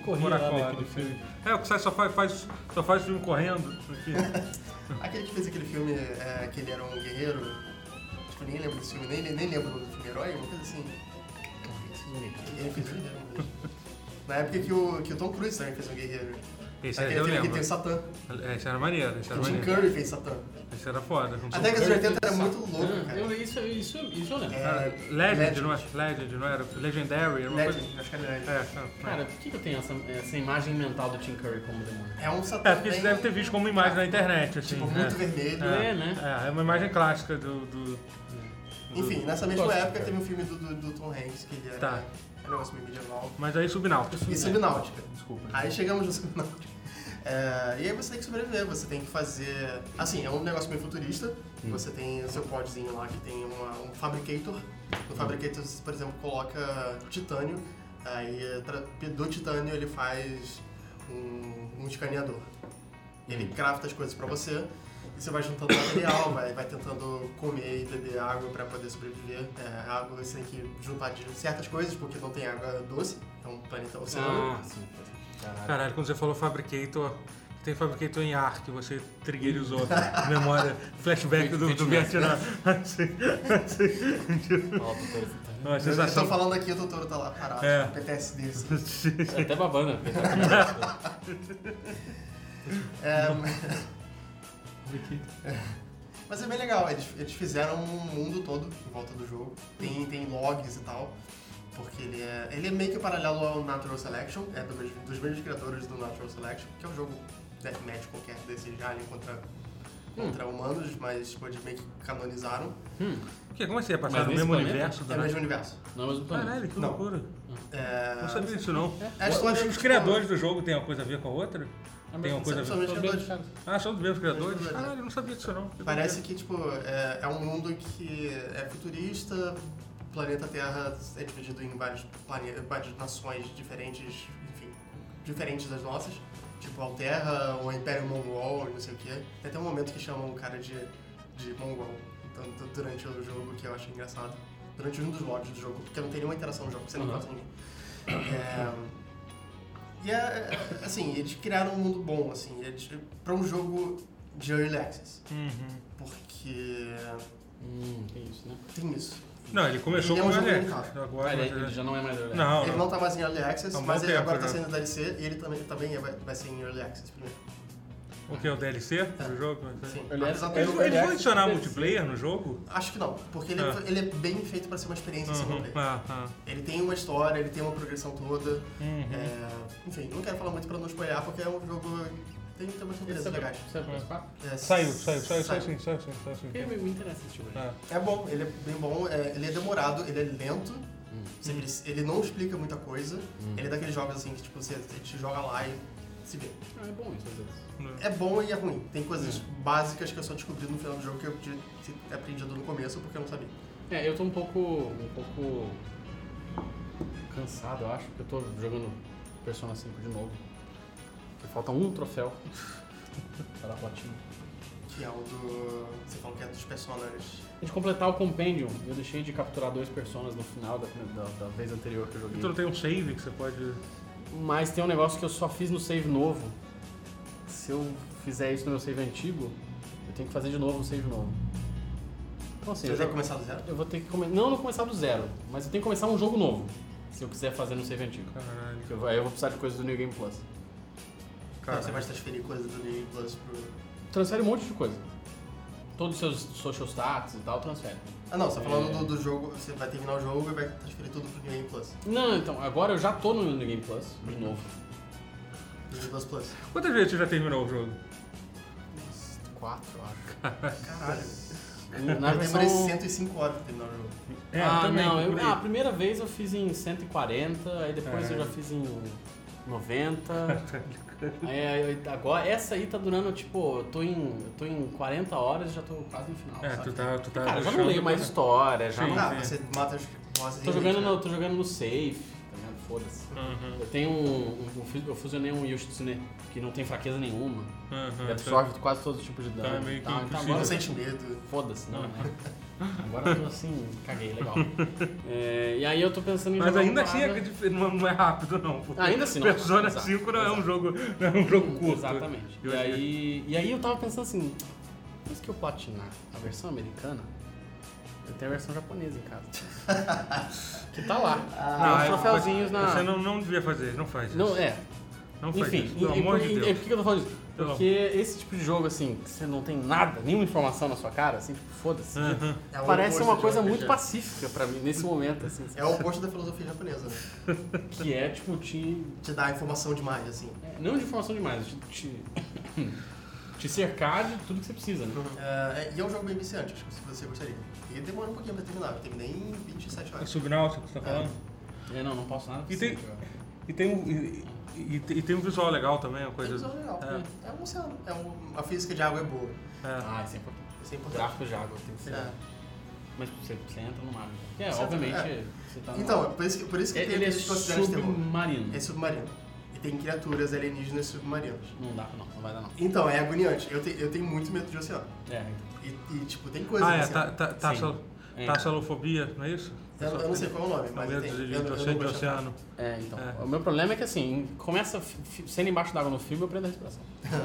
O que só faz o filme correndo.
Aquele que fez aquele filme que ele era um guerreiro... Tipo, nem lembro desse filme, nem lembro do filme Herói, uma coisa assim. Ele fez um guerreiro mesmo. Na época que o Tom Cruise também fez um guerreiro.
Esse aí eu lembro.
Que tem o Satã.
Esse era maneiro.
O Jim Curry fez Satã.
Esse era foda.
A década de 80 era muito louco, cara.
Isso eu lembro.
Legend, não é? Legend, não era? Legendary?
Legend, acho que era Legend.
Cara, por que eu tenho essa imagem mental do Tim Curry como demônio?
É um Satã.
Porque você deve ter visto como imagem na internet, assim.
Tipo, muito vermelho.
É uma imagem clássica
Enfim, nessa mesma época teve um filme do Tom Hanks, que ele era um negócio meio medieval.
Mas aí Subnáutica.
E Subnáutica.
Desculpa.
Aí chegamos no Subnáutica. E aí você tem que sobreviver, você tem que fazer... Assim, é um negócio meio futurista. Você tem o seu podzinho lá que tem um fabricator. No fabricator você, por exemplo, coloca titânio. Aí do titânio ele faz um escaneador. Ele crafta as coisas pra você. E você vai juntando material, vai tentando comer e beber água pra poder sobreviver. Água você tem que juntar de certas coisas, porque não tem água doce. É um planeta oceano.
Sim.
Caralho, quando você falou Fabricator, tem Fabricator em Ark, você triggerizou memória, flashback do Vietnã.
Eu tô falando aqui, o Totoro tá lá parado, PTSD.
Até babando.
Mas é bem legal, eles fizeram um mundo todo em volta do jogo. Tem logs e tal. Porque ele é meio que paralelo ao Natural Selection, é dos mesmos criadores do Natural Selection, que é um jogo deathmatch qualquer desse de Alien contra humanos, mas tipo, eles meio que canonizaram.
Como assim? É passar no mesmo universo?
É o mesmo universo.
Não é o mesmo planeta.
Caralho, que loucura. Não sabia disso não. Os
Tipo,
criadores do jogo têm uma coisa a ver com a outra? Tem uma coisa a ver?
São os criadores.
São dos mesmos criadores? Caralho, eu não sabia disso não.
Parece que tipo, é um mundo que é futurista. O planeta Terra é dividido em várias nações diferentes, enfim, diferentes das nossas. Tipo Alterra, o Império Mongol, não sei o quê. Tem até um momento que chamam o cara de Mongol então, durante o jogo, que eu acho engraçado. Durante um dos modos do jogo, porque não tem nenhuma interação no jogo, você não encontra ninguém. Assim, eles criaram um mundo bom, assim, pra um jogo de Early Access. Porque...
tem isso, né?
Tem isso.
Não, ele começou
Ele é
com
um
o
jogo
Early
limitado.
Access. Agora,
Ele já não é mais early.
Não,
Ele não tá mais em Early Access,
Há um bom
mas ele
tempo
agora tá
já.
saindo DLC e ele também vai ser em Early Access primeiro.
O que? O DLC do jogo?
Sim.
Early
Apesar
Access-
do
Eles
jogo-
vão adicionar multiplayer no jogo?
Acho que não, porque ele é bem feito pra ser uma experiência single player. Ele tem uma história, ele tem uma progressão toda. Enfim, não quero falar muito pra não spoiler, porque é um jogo... Tem bastante coisas legais.
Você é PS4?
Saiu sim.
Me interessa esse jogo.
É bom, ele é bem bom, ele é demorado, ele é lento. Ele não explica muita coisa. Ele é daqueles jogos assim que tipo, você te joga lá e se vê.
É bom isso às vezes.
É bom e é ruim. Tem coisas básicas que eu só descobri no final do jogo que eu podia ter aprendido no começo porque eu não sabia.
Eu tô um pouco cansado, eu acho, porque eu tô jogando Persona 5 de novo. Porque falta um troféu para a platina.
Que é o do... Você falou que é dos personagens.
A gente completar o Compendium, eu deixei de capturar 2 personas no final da vez anterior que eu joguei.
Então tem um save que você pode...
Mas tem um negócio que eu só fiz no save novo. Se eu fizer isso no meu save antigo, eu tenho que fazer de novo um save novo. Então assim,
Você vai começar do zero?
eu vou ter que não começar do zero, mas eu tenho que começar um jogo novo. Se eu quiser fazer no save antigo.
Caralho.
Aí eu vou precisar de coisas do New Game Plus.
Não, você vai transferir coisas do New Plus pro...
Transfere um monte de coisa. Todos os seus social stats e tal, transfere.
Ah não, você tá falando do jogo, você vai terminar o jogo e vai transferir tudo pro New Game Plus.
Não, então, agora eu já tô no New Game Plus, de novo.
New Game Plus.
Quantas vezes você já terminou o jogo?
4, eu acho.
Caralho.
Na
Eu
versão...
demorei 105 horas pra terminar o jogo.
também.
A primeira vez eu fiz em 140, aí depois eu já fiz em 90. Agora, essa aí tá durando, tipo, eu tô em 40 horas e já tô quase no final.
É,
sabe?
tu tá
Cara, eu já não leio mais história, já
Sim.
não...
Ah, você mata os bosses
Tô jogando no safe, tá ligado? Foda-se. Eu tenho eu fusionei um Yoshitsune, que não tem fraqueza nenhuma. E absorve quase todos os tipos de dano.
Tá meio que
Então
impossível.
agora
Não sente medo.
foda-se, não, né? Agora eu tô assim, caguei, legal. E aí eu tô pensando em
Mas
jogar
ainda
uma
assim
parada-
não é rápido não. porque
Ainda assim não.
Persona
Exato,
5 não é um
exato.
jogo curto.
Exatamente.
Eu
E aí eu tava pensando assim, depois que eu platinar a versão americana, eu tenho a versão japonesa em casa. Que tá lá. Tem uns troféuzinhos na...
Você não devia fazer, não faz isso.
Não,
Não faz
enfim,
isso, pelo amor de Deus.
por que eu tô falando isso?
Pelo
Porque esse tipo de jogo, assim, que você não tem nada, nenhuma informação na sua cara, assim, tipo, foda-se.
É o
Parece
oposto
uma
de
coisa
RPG.
muito pacífica pra mim, nesse momento, assim.
É o oposto da filosofia japonesa, né?
Que é, tipo, te
Te dá informação demais, assim.
não de informação demais, te cercar de tudo que você precisa, né?
E é um jogo bem viciante, acho que você gostaria. E demora um pouquinho pra terminar, eu terminei em 27
É
horas.
Subnáutica que você tá falando?
Não posso nada.
E tem-
pra
E tem um visual legal também, uma
Tem
coisa...
visual legal. É um oceano. A física de água é boa.
isso é importante.
Isso é importante.
Gráfico de água tem que ser.
É.
Mas você entra no mar.
Você
Obviamente,
entra-
você tá no
Então,
mar.
por isso que tem
Ele é
aqueles que consideram de terror.
submarino.
É submarino. E tem criaturas alienígenas submarinas.
Não dá, não vai dar não.
Então, é agoniante. Eu tenho muito medo de oceano. Tipo, tem coisa no oceano.
Tassalofobia, não é isso?
Eu não sei qual é o nome, mas
Medo
tem.
de
Eu não vou chamar.
oceano.
Então. O meu problema é que assim, começa sendo embaixo d'água no filme, eu prendo a respiração.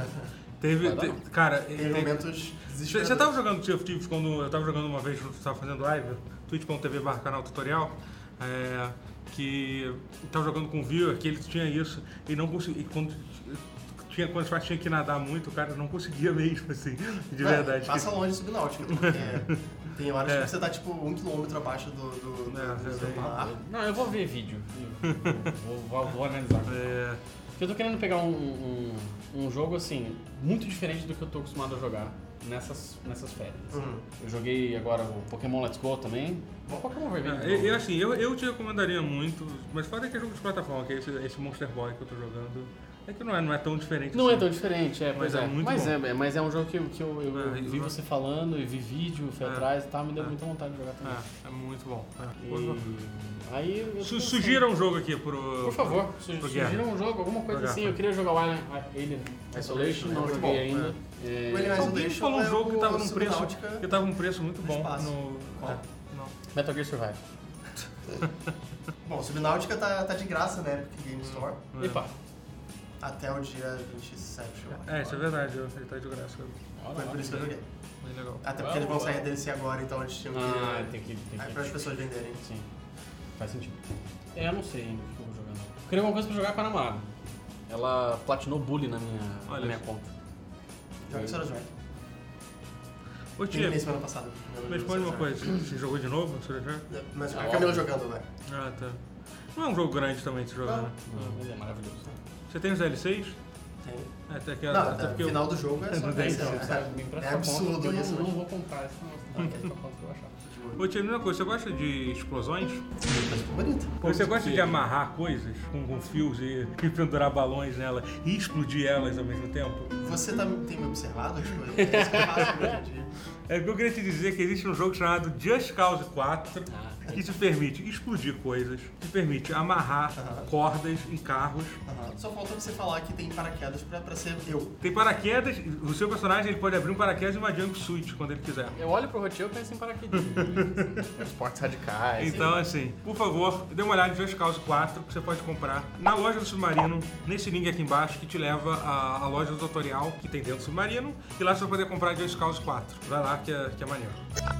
Cara,
Tem momentos desesperadores.
você tava jogando Sea of Thieves quando eu tava jogando uma vez, você tava fazendo live, twitch.tv/canal tutorial, que eu tava jogando com o viewer, que ele tinha isso, e não conseguia, quando os pais tinham que nadar muito, o cara não conseguia mesmo, assim, de verdade.
Passa longe de subnáutica, porque tem horas que você tá tipo 1 km abaixo do mar.
Não, eu vou ver vídeo. Vou analisar. Porque eu tô querendo pegar um jogo assim, muito diferente do que eu tô acostumado a jogar nessas férias. Eu joguei agora o Pokémon Let's Go também. O Pokémon vai ver.
E assim, eu te recomendaria muito, mas fora que é jogo de plataforma, que é esse Monster Boy que eu tô jogando. É que não é tão diferente.
Não
assim.
é tão diferente,
Mas é muito
mas
bom.
mas é um jogo que eu vi você falando e vi vídeo, fui atrás e tal, me deu muita vontade de jogar também.
É muito bom.
Aí eu tô
Sugira um jogo aqui
Por favor, sugira um jogo, alguma coisa assim. Eu queria jogar o Alien Isolation, não
muito
joguei
bom.
ainda.
O Alien
Alguém
Isolation
falou um
é
jogo que
o
tava num preço,
Subnáutica
muito
no
bom
espaço.
no...
Metal Gear Survive.
Bom, Subnáutica tá de graça, né? Epic Game Store.
Epa.
Até o dia 27, eu acho.
Isso é verdade, ele tá de graça.
Foi por isso que eu joguei.
bem legal.
Até porque eles vão sair DLC agora, então eles tinham que...
tem que...
Aí para as pessoas venderem.
Sim, faz sentido. Eu não sei ainda o que eu vou jogar, não. Eu queria alguma coisa pra jogar com a namorada. Ela platinou Bully na minha conta.
Joga Sora Joy.
Ô,
Terminei
Tia,
semana passada.
me responde uma coisa. Você jogou de novo? Você já?
Mas a Camila jogando agora.
Ah, tá. Não é um jogo grande também de se jogar, né?
Não, mas é maravilhoso.
Você tem os DLCs?
Tem.
Até que
Não,
até
no
porque
final do jogo é só
Não tem,
DLC.
Me empresta
É
a conta,
absurdo
porque
isso.
eu não vou comprar essa não. Não, essa conta que eu achar.
Ô, Tia, uma coisa, você gosta de explosões?
Bonito.
Você gosta de amarrar coisas com fios e pendurar balões nela e explodir elas ao mesmo tempo?
Você tem me observado? Tipo, é isso que eu faço hoje em dia.
É porque eu queria te dizer que existe um jogo chamado Just Cause 4 que te permite explodir coisas, te permite amarrar cordas em carros.
Só falta você falar que tem paraquedas pra ser eu.
Tem paraquedas, o seu personagem ele pode abrir um paraquedas e uma jumpsuit quando ele quiser.
Eu olho pro Rotier e penso em paraquedismo. Esportes radicais.
Então, assim, por favor, dê uma olhada em Just Cause 4 que você pode comprar na loja do Submarino, nesse link aqui embaixo que te leva à loja do tutorial que tem dentro do Submarino e lá você vai poder comprar Just Cause 4. Vai lá que é maneiro.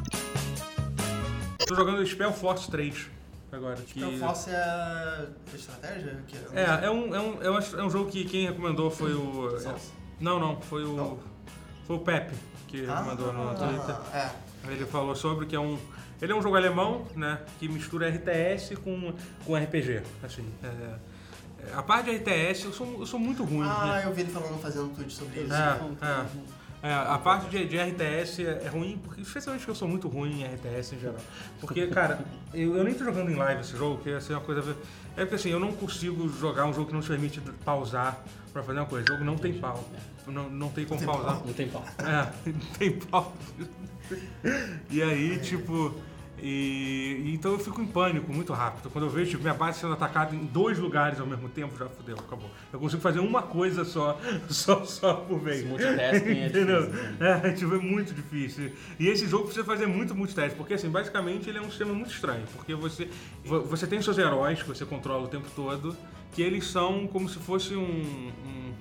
Tô jogando Spell Force 3 agora.
Spell Force é estratégia?
É um jogo que quem recomendou foi o... Não, foi o Pepe que recomendou no Twitter. Ele falou sobre que ele é um jogo alemão, né, que mistura RTS com RPG, assim. A parte de RTS eu sou muito ruim. Né?
Eu vi ele fazendo um tweet sobre isso.
A parte de RTS é ruim, porque, especialmente porque eu sou muito ruim em RTS em geral. Porque, cara, eu nem tô jogando em live esse jogo, que assim, é uma coisa... É porque assim, eu não consigo jogar um jogo que não te permite pausar pra fazer uma coisa. O jogo não tem pau. Não tem como pausar.
Não tem pau.
Não tem pau. E aí, tipo... então eu fico em pânico muito rápido. Quando eu vejo tipo, minha base sendo atacada em 2 lugares ao mesmo tempo, já fudeu, acabou. Eu consigo fazer uma coisa só por vez.
Esse multitasking é difícil.
É muito difícil. E esse jogo precisa fazer muito multitasking, porque assim, basicamente ele é um sistema muito estranho. Porque você tem seus heróis que você controla o tempo todo, que eles são como se fosse um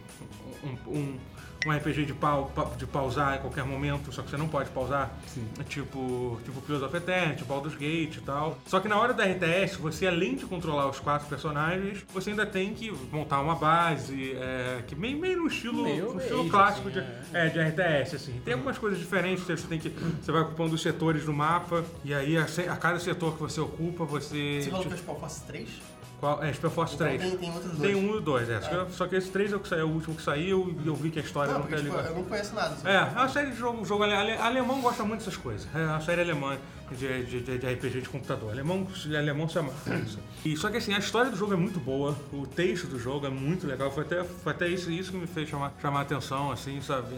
RPG de pausar em qualquer momento, só que você não pode pausar. Sim. Tipo Pillars of Eternity, Baldur's Gate e tal. Só que na hora da RTS, você além de controlar os 4 personagens, você ainda tem que montar uma base, que meio no estilo clássico
assim,
de RTS, assim. Tem algumas coisas diferentes, você vai ocupando os setores do mapa, e aí a cada setor que você ocupa, você...
Você falou que é o Spell Force 3?
Spell Force 3.
Tem outros dois.
Tem 1 e 2, Só que esse 3 é o último que saiu e eu vi que a história não tem ligado.
Eu não conheço nada.
É uma série de jogo alemão gosta muito dessas coisas. É uma série alemã de RPG de computador. Alemão se ama isso. E só que assim, a história do jogo é muito boa, o texto do jogo é muito legal. Foi até isso que me fez chamar a atenção, assim, sabe?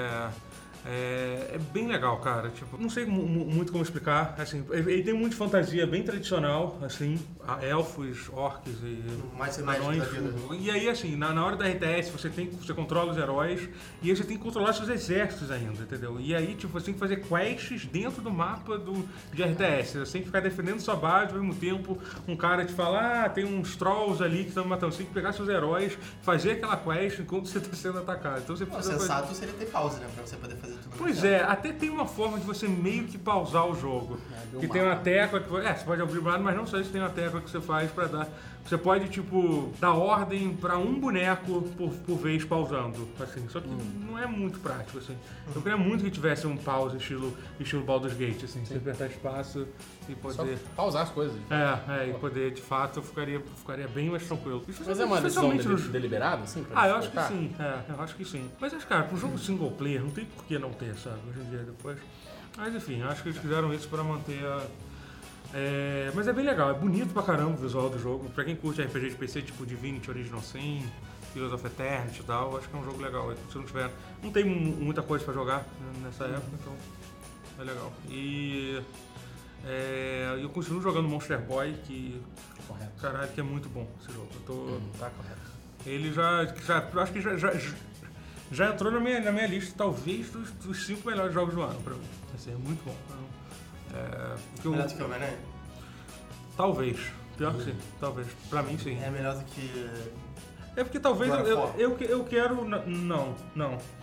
É bem legal, cara. Tipo, não sei muito como explicar. Assim, ele tem muito fantasia bem tradicional, assim, elfos, orcs e anões. E aí, assim, na hora da RTS você controla os heróis e aí você tem que controlar seus exércitos ainda, entendeu? E aí, tipo, você tem que fazer quests dentro do mapa de RTS. Você tem que ficar defendendo sua base, ao mesmo tempo um cara te fala, tem uns trolls ali que estão matando. Você tem que pegar seus heróis, fazer aquela quest enquanto você está sendo atacado. Então você precisa
sensato seria ter pause, né? Pra você poder fazer tudo.
Pois é, até tem uma forma de você meio que pausar o jogo. Que tem uma tecla que você pode abrir o lado, mas não só isso, tem uma tecla que você faz pra dar. Você pode, tipo, dar ordem pra um boneco por vez pausando, assim. Só que não é muito prático, assim. Eu queria muito que tivesse um pause estilo Baldur's Gate, assim. Você apertar espaço e poder...
Só pausar as coisas.
E poder, de fato, eu ficaria bem mais tranquilo.
Mas é uma decisão deliberada, assim?
Eu acho que sim. Eu acho que sim. Mas, cara, pra um jogo single player, não tem por que não ter, sabe? Hoje em dia, depois... Mas, enfim, acho que eles fizeram isso pra manter a... mas é bem legal, é bonito pra caramba o visual do jogo. Pra quem curte RPG de PC, tipo Divinity Original Sin, Pillars of Eternity e tal, acho que é um jogo legal. Se não tiver, não tem muita coisa pra jogar nessa época, então é legal. E eu continuo jogando Monster Boy, que
Correto.
Caralho, que é muito bom esse jogo.
Tá correto.
Ele acho que já entrou na minha lista, talvez, dos 5 melhores jogos do ano pra mim. Assim, é muito bom.
Melhor do que o Homem-Aranha?
Talvez. Pior que sim. Talvez. Pra mim, sim.
É melhor do que...
É porque talvez eu quero... Não.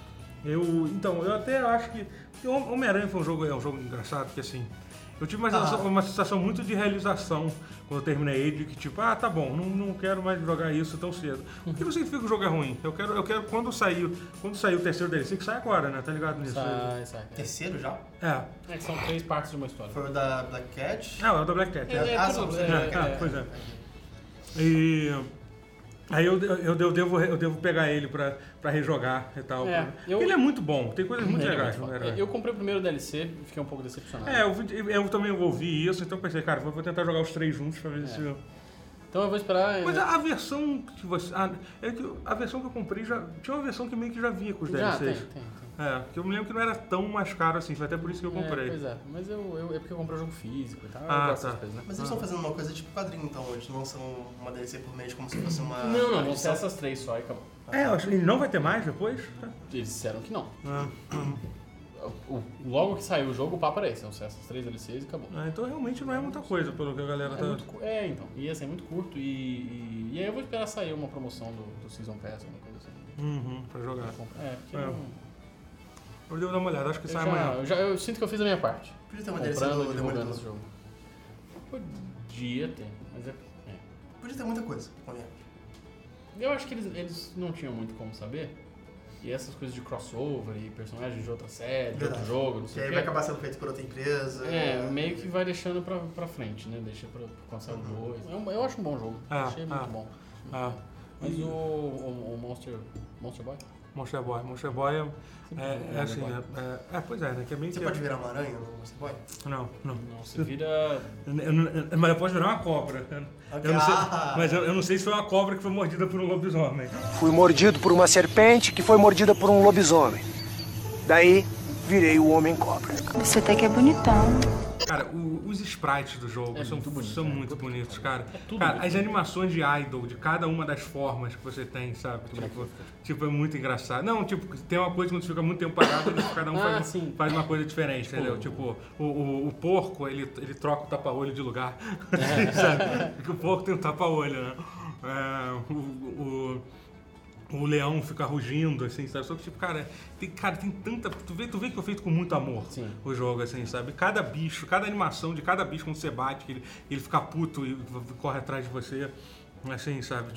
Então, eu até acho que Homem-Aranha foi um jogo engraçado, porque assim, eu tive uma sensação muito de realização quando eu terminei ele, que tipo, tá bom, não quero mais jogar isso tão cedo. Porque não significa que o jogo é ruim. Eu quero quando sair o terceiro DLC, que sai agora, né? Tá ligado nisso?
Sai.
Terceiro já?
É que são 3 partes de uma história.
Foi o da Black Cat?
É o da Black Cat. Pois é. E aí eu devo pegar ele pra rejogar e tal. Ele é muito bom, tem coisas muito legais.
Eu comprei o primeiro DLC e fiquei um pouco decepcionado.
Eu também ouvi isso, então pensei, cara, vou tentar jogar os 3 juntos pra ver se...
Então eu vou esperar...
Mas a versão que você... a versão que eu comprei já... Tinha uma versão que meio que já vinha com os DLCs.
Tem.
Que eu me lembro que não era tão mais caro assim, foi até por isso que eu comprei.
Pois é, mas é porque eu comprei o jogo físico e tal, eu gosto dessas coisas, né?
Mas eles estão fazendo uma coisa tipo quadrinho, então, eles lançam uma DLC por mês como se fosse uma...
Não, vão ser essas 3 só e acabou.
Eu acho que ele não vai ter mais depois?
Eles disseram que não. Logo que saiu o jogo, o papo era esse, são essas 3 DLCs e acabou.
Então realmente não é muita coisa, pelo que a galera tá...
Então, ia ser muito curto e aí eu vou esperar sair uma promoção do Season Pass, alguma coisa assim.
Pra jogar.
Porque não...
Eu devo dar uma olhada, acho que sai amanhã.
Eu sinto que eu fiz a minha parte.
Podia ter uma DLC do Demolidor.
Esse jogo. Podia ter, mas
Podia ter muita coisa,
eu acho que eles não tinham muito como saber. E essas coisas de crossover e personagens de outra série, de outro jogo, não sei o que.
vai acabar sendo feito por outra empresa.
Meio que vai deixando pra frente, né? Deixa pra quando o 2. Eu acho um bom jogo. Achei muito bom. Mas o Monster Boy?
Monster Boy é assim, pois é, né? Que é bem
Você pode virar uma aranha no Monster Boy?
Não.
Você vira...
Mas eu posso virar uma cobra. Eu não sei, mas eu não sei se foi uma cobra que foi mordida por um lobisomem.
Fui mordido por uma serpente que foi mordida por um lobisomem. Daí, virei o Homem-Cobra.
Você até que é bonitão.
Cara, os sprites do jogo são muito bonitos, cara.
Cara,
as animações de idol, de cada uma das formas que você tem, sabe? Tipo, é muito engraçado. Não, tipo, tem uma coisa que quando você fica muito tempo parado, cada um faz uma coisa diferente, entendeu? Tipo, o porco, ele troca o tapa-olho de lugar. Sabe? Porque o porco tem um tapa-olho, né? O leão fica rugindo, assim, sabe? Só que, tipo, cara, tem tanta... Tu vê que foi feito com muito amor o jogo, assim, sabe? Cada bicho, cada animação de cada bicho, quando você bate, ele fica puto e corre atrás de você, assim, sabe?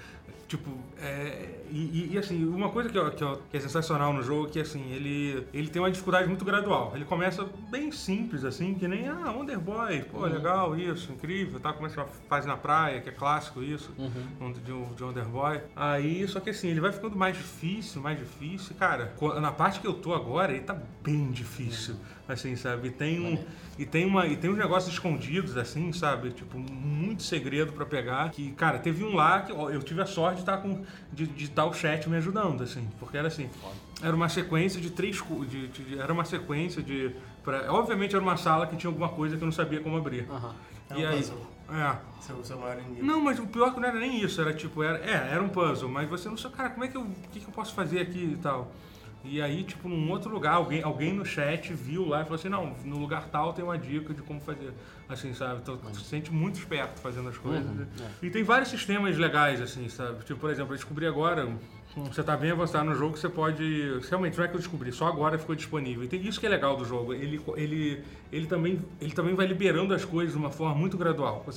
E assim, uma coisa que é sensacional no jogo é que, assim, ele tem uma dificuldade muito gradual. Ele começa bem simples, assim, que nem, Wonder Boy, pô, legal, isso, incrível, tá? Começa uma fase na praia, que é clássico isso, de Wonder Boy. Aí, só que assim, ele vai ficando mais difícil, cara, na parte que eu tô agora, ele tá bem difícil, assim, sabe? E tem uns negócios escondidos, assim, sabe? Tipo, muito segredo pra pegar, que, cara, teve um lá que eu tive a sorte de estar o chat me ajudando, assim, porque era assim, era uma sequência de 3, era uma sequência de, obviamente era uma sala que tinha alguma coisa que eu não sabia como abrir. E aí,
Seu maior inimigo.
não, mas o pior que não era nem isso, era tipo, era um puzzle, mas você não sabe, cara, o que eu posso fazer aqui e tal. E aí, tipo, num outro lugar, alguém no chat viu lá e falou assim, não, no lugar tal tem uma dica de como fazer, assim, sabe? Então, você se sente muito esperto fazendo as coisas. E tem vários sistemas legais, assim, sabe? Tipo, por exemplo, eu descobri agora, você tá bem avançado no jogo, você pode... Realmente, não é que eu descobri, só agora ficou disponível. E tem isso que é legal do jogo, ele também vai liberando as coisas de uma forma muito gradual. Você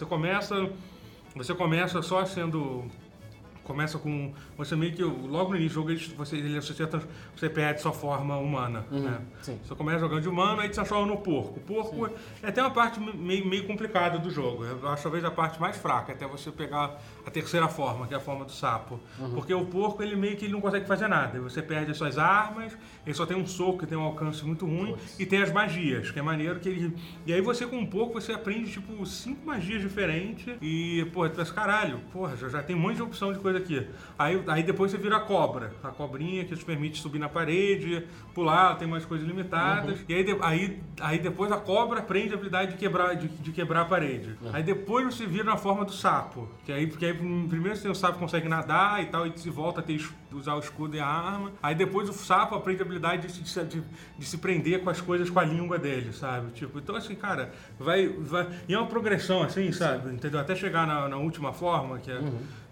começa só sendo... Começa com... Você meio que... Logo no início do jogo, você perde sua forma humana, né?
Sim.
Você começa jogando de humano, aí te transforma no porco. O porco é até uma parte meio complicada do jogo. Eu acho talvez a parte mais fraca, até você pegar a terceira forma, que é a forma do sapo. Porque o porco, ele meio que ele não consegue fazer nada. Você perde as suas armas, ele só tem um soco que tem um alcance muito ruim, e tem as magias, que é maneiro que ele... E aí você com um porco, você aprende, tipo, 5 magias diferentes, e, porra, tu pensa, caralho, porra, já tem um monte de opção de coisa aqui. Aí depois você vira a cobra. A cobrinha que te permite subir na parede, pular, tem mais coisas limitadas. E aí depois a cobra aprende a habilidade de quebrar a parede. Aí depois você vira na forma do sapo. Porque aí primeiro você tem o sapo que consegue nadar e tal, e se volta a usar o escudo e a arma. Aí depois o sapo aprende a habilidade de se prender com as coisas com a língua dele, sabe? Tipo, então assim, cara, vai... E é uma progressão assim, sabe? Entendeu? Até chegar na última forma, que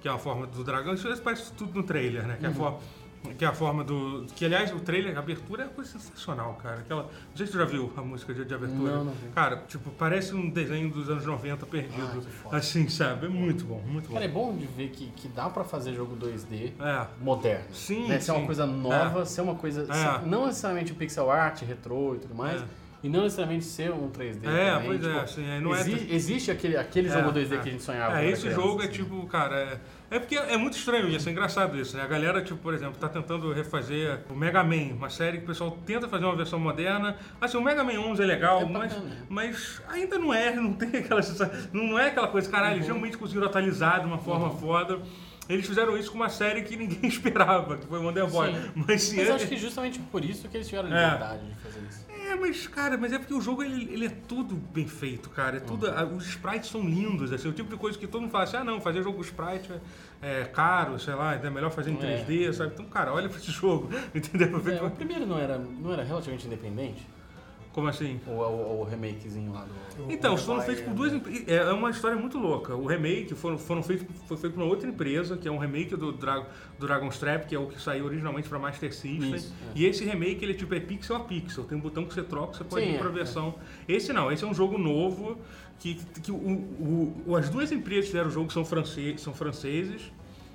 que é a forma do dragão. Isso parece tudo no trailer, né? Que é a forma do... Que, aliás, o trailer, a abertura é uma coisa sensacional, cara. Aquela... Não sei se tu já viu a música de abertura.
Não vi.
Cara, tipo, parece um desenho dos anos 90 perdido. Assim, sabe? É muito bom, muito bom.
Cara, é bom de ver que dá pra fazer jogo 2D
É.
moderno.
Sim,
né? Ser uma
sim.
coisa nova, ser uma coisa... Não necessariamente o pixel art, retrô e tudo mais. E não necessariamente ser um 3D também.
Pois
tipo,
assim, não
existe aquele jogo 2D que a gente sonhava.
Esse jogo é tipo, cara, é porque é muito estranho isso, é engraçado isso, né? A galera, tipo, por exemplo, tá tentando refazer o Mega Man, uma série que o pessoal tenta fazer uma versão moderna. Assim, o Mega Man 11 é legal, mas ainda não tem aquela sensação, não é aquela coisa, caralho, eles realmente conseguiram atualizar de uma forma foda. Eles fizeram isso com uma série que ninguém esperava, que foi o Wonder Boy. Mas
eu acho que justamente por isso que eles tiveram liberdade de fazer isso.
Mas é porque o jogo ele é tudo bem feito, cara. É tudo, os sprites são lindos, assim, o tipo de coisa que todo mundo fala assim, não, fazer jogo sprite é caro, sei lá, é melhor fazer em 3D, sabe? Então, cara, olha pra esse jogo, entendeu?
O primeiro não era relativamente independente?
Como assim?
O remakezinho lá do...
Então, foram feitos por duas empresas. É uma história muito louca. O remake foi feito por uma outra empresa, que é um remake do Dragon's Trap, que é o que saiu originalmente para Master System. E esse remake, ele é pixel a pixel. Tem um botão que você troca, você pode ir para a versão. Esse não, esse é um jogo novo, que as duas empresas que fizeram o jogo são francesas.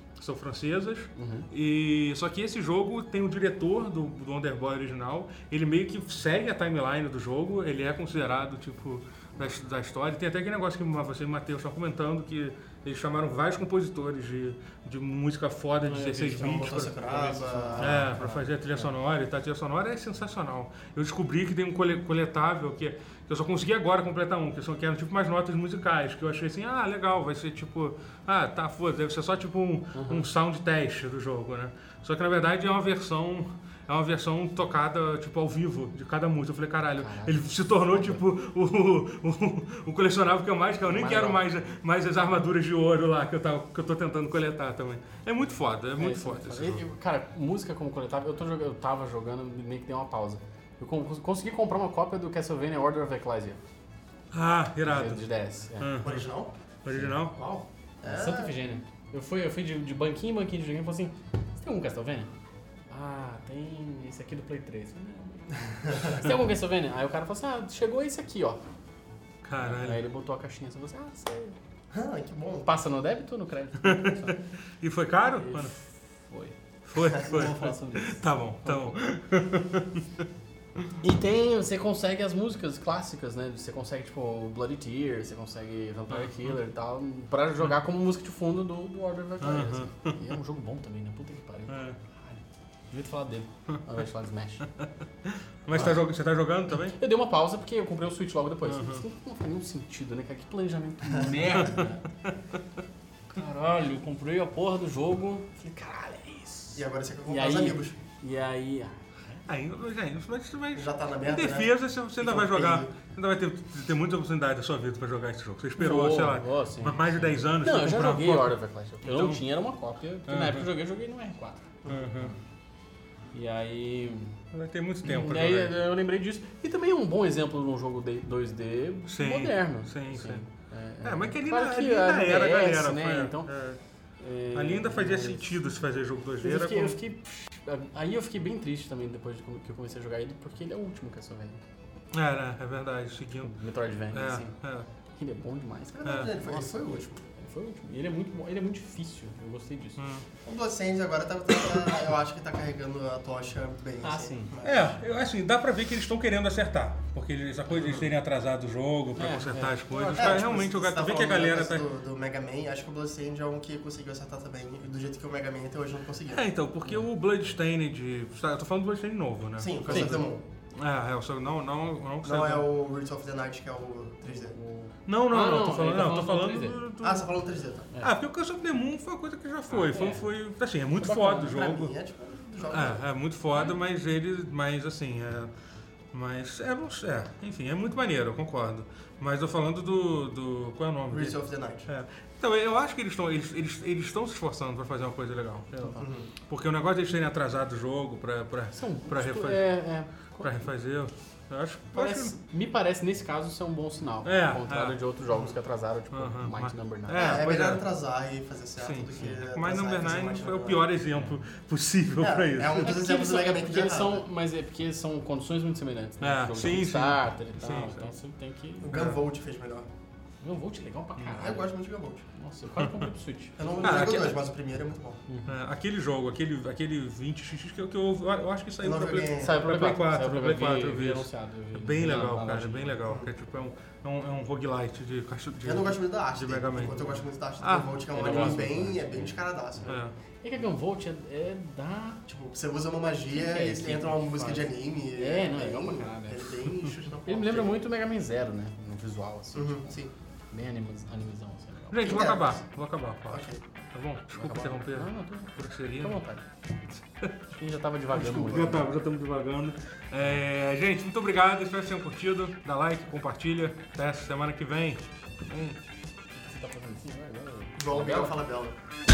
E só que esse jogo tem o diretor do Wonder Boy original, ele meio que segue a timeline do jogo, ele é considerado tipo da história. Tem até aquele negócio que você e o Matheus estão comentando, que eles chamaram vários compositores de música foda de 16 bits pra fazer a trilha sonora, e a trilha sonora é sensacional. Eu descobri que tem um coletável que eu só consegui agora completar que eram tipo mais notas musicais, que eu achei assim, legal, vai ser tipo, foda, deve ser só tipo um sound teste do jogo, né? Só que na verdade é uma versão tocada, tipo, ao vivo, de cada música. Eu falei, caralho, ele se tornou, tipo, o colecionável que eu mais quero. Eu nem quero mais as armaduras de ouro lá que eu tô tentando coletar também. É muito foda, foda esse jogo.
Cara, música como coletável, eu tava jogando, meio que dei uma pausa. Eu consegui comprar uma cópia do Castlevania Order of Ecclesia.
Irado.
De DS.
Original?
Qual? Santa Efigênia. Eu fui de banquinho em banquinho de joguinho e falei assim, você tem algum Castlevania? Tem esse aqui do Play 3. Você tem algum Castlevania? Aí o cara falou assim, chegou esse aqui, ó.
Caralho.
Aí ele botou a caixinha assim, você, sei.
Que bom.
Passa no débito ou no crédito?
E foi caro?
Foi.
Não
vamos falar sobre isso.
Tá bom.
E você consegue as músicas clássicas, né? Você consegue, tipo, Bloody Tear, você consegue Vampire Killer e tal, pra jogar como música de fundo do Order of Ecclesia. E é um jogo bom também, né? Puta que pariu. Devia ter falado dele, ao invés de falar de Smash.
Mas você tá jogando também?
Eu dei uma pausa porque eu comprei o Switch logo depois. Isso não faz nenhum sentido, né, cara? Que planejamento merda. Caralho, eu comprei a porra do jogo. Falei, caralho, é isso.
E agora você quer comprar os amigos.
E aí...
Já tá na merda,
em defesa, você ainda vai jogar. Você ainda vai ter muita oportunidade da sua vida pra jogar esse jogo. Você esperou, sei lá, mais de 10 anos.
Não, eu já joguei Order of Ecclesia. Eu não tinha, era uma cópia. Na época que eu joguei no R4. E aí...
Vai ter muito tempo pra
jogar.
jogar.
Eu lembrei disso. E também é um bom exemplo de um jogo 2D moderno.
Sim. Mas que ali
claro
ainda
que
era, galera.
Né? Então,
ali ainda fazia sentido se fazer jogo 2D.
Aí eu fiquei bem triste também depois que eu comecei a jogar ele, porque ele é o último Castlevania.
É verdade, seguindo.
Metroidvania, assim. Ele é bom demais, cara.
Ele foi o último.
Foi o último. E ele é muito bom, ele é muito difícil. Eu gostei disso.
O Bloodstained agora eu acho que tá carregando a tocha bem.
Sim.
Mas...
dá pra ver que eles estão querendo acertar. Porque essa coisa de eles terem atrasado o jogo pra consertar as coisas. Realmente jogar. Tu vê que a galera tá.
Do Mega Man, acho que o Bloodstained é um que conseguiu acertar também. Do jeito que o Mega Man até hoje não conseguiu.
Então, porque o Bloodstained. Eu tô falando do Bloodstained novo, né?
Sim, o Curse of the Moon.
Não
é o Roots of the Night, que é o 3D.
Não, tô falando do...
você tá falando 3D, tá?
Porque o Curse of the Moon foi uma coisa que já foi. Assim, é muito foda o jogo.
Pra mim é tipo
é muito foda, mas enfim, é muito maneiro, eu concordo. Mas eu falando do qual é o nome?
Roots of the Night.
Então, eu acho que eles estão se esforçando pra fazer uma coisa legal. Porque o negócio de eles terem atrasado o jogo pra refazer...
Me parece, nesse caso, ser um bom sinal. Ao contrário de outros jogos que atrasaram, tipo Might Number 9.
É melhor atrasar e fazer certo do que
Might Number 9 foi o pior exemplo possível pra isso.
É um dos exemplos do Mega Man que
mas é porque são condições muito semelhantes, né?
É,
O jogo
sim.
Starter e tal, então você tem que...
O Gunvolt fez melhor.
Gunvolt é legal pra caralho.
Eu gosto muito de Gunvolt.
Nossa, eu quase comprei pro Switch.
Eu não jogo dois, mas o primeiro é muito bom.
Aquele jogo, aquele 20XX que eu acho que saiu pra Play 4.
Saiu pra Play 4,
eu vi
anunciado.
Bem legal, cara, bem legal. Que é tipo, é um roguelite de
Eu não gosto muito da arte
de
dele,
Mega Man.
enquanto eu gosto muito da arte do Gunvolt, que é um anime bem descaradaço.
É que a Gunvolt é da...
Tipo, você usa uma magia e entra uma música de anime.
Não, é legal pra caralho.
É bem chute na
Ele me lembra muito o Mega Man Zero, né? No visual, assim.
Sim.
Bem animizão, assim, legal.
Gente, vou acabar. Tá
Ok.
bom? Desculpa interromper.
Não,
Grosseria.
fica à vontade. Acho que a gente já tava devagando muito.
Já estamos devagando. Gente, muito obrigado. Espero que tenham curtido. Dá like, compartilha. Até semana que vem.
Você tá fazendo assim?
Igual o Miguel fala dela.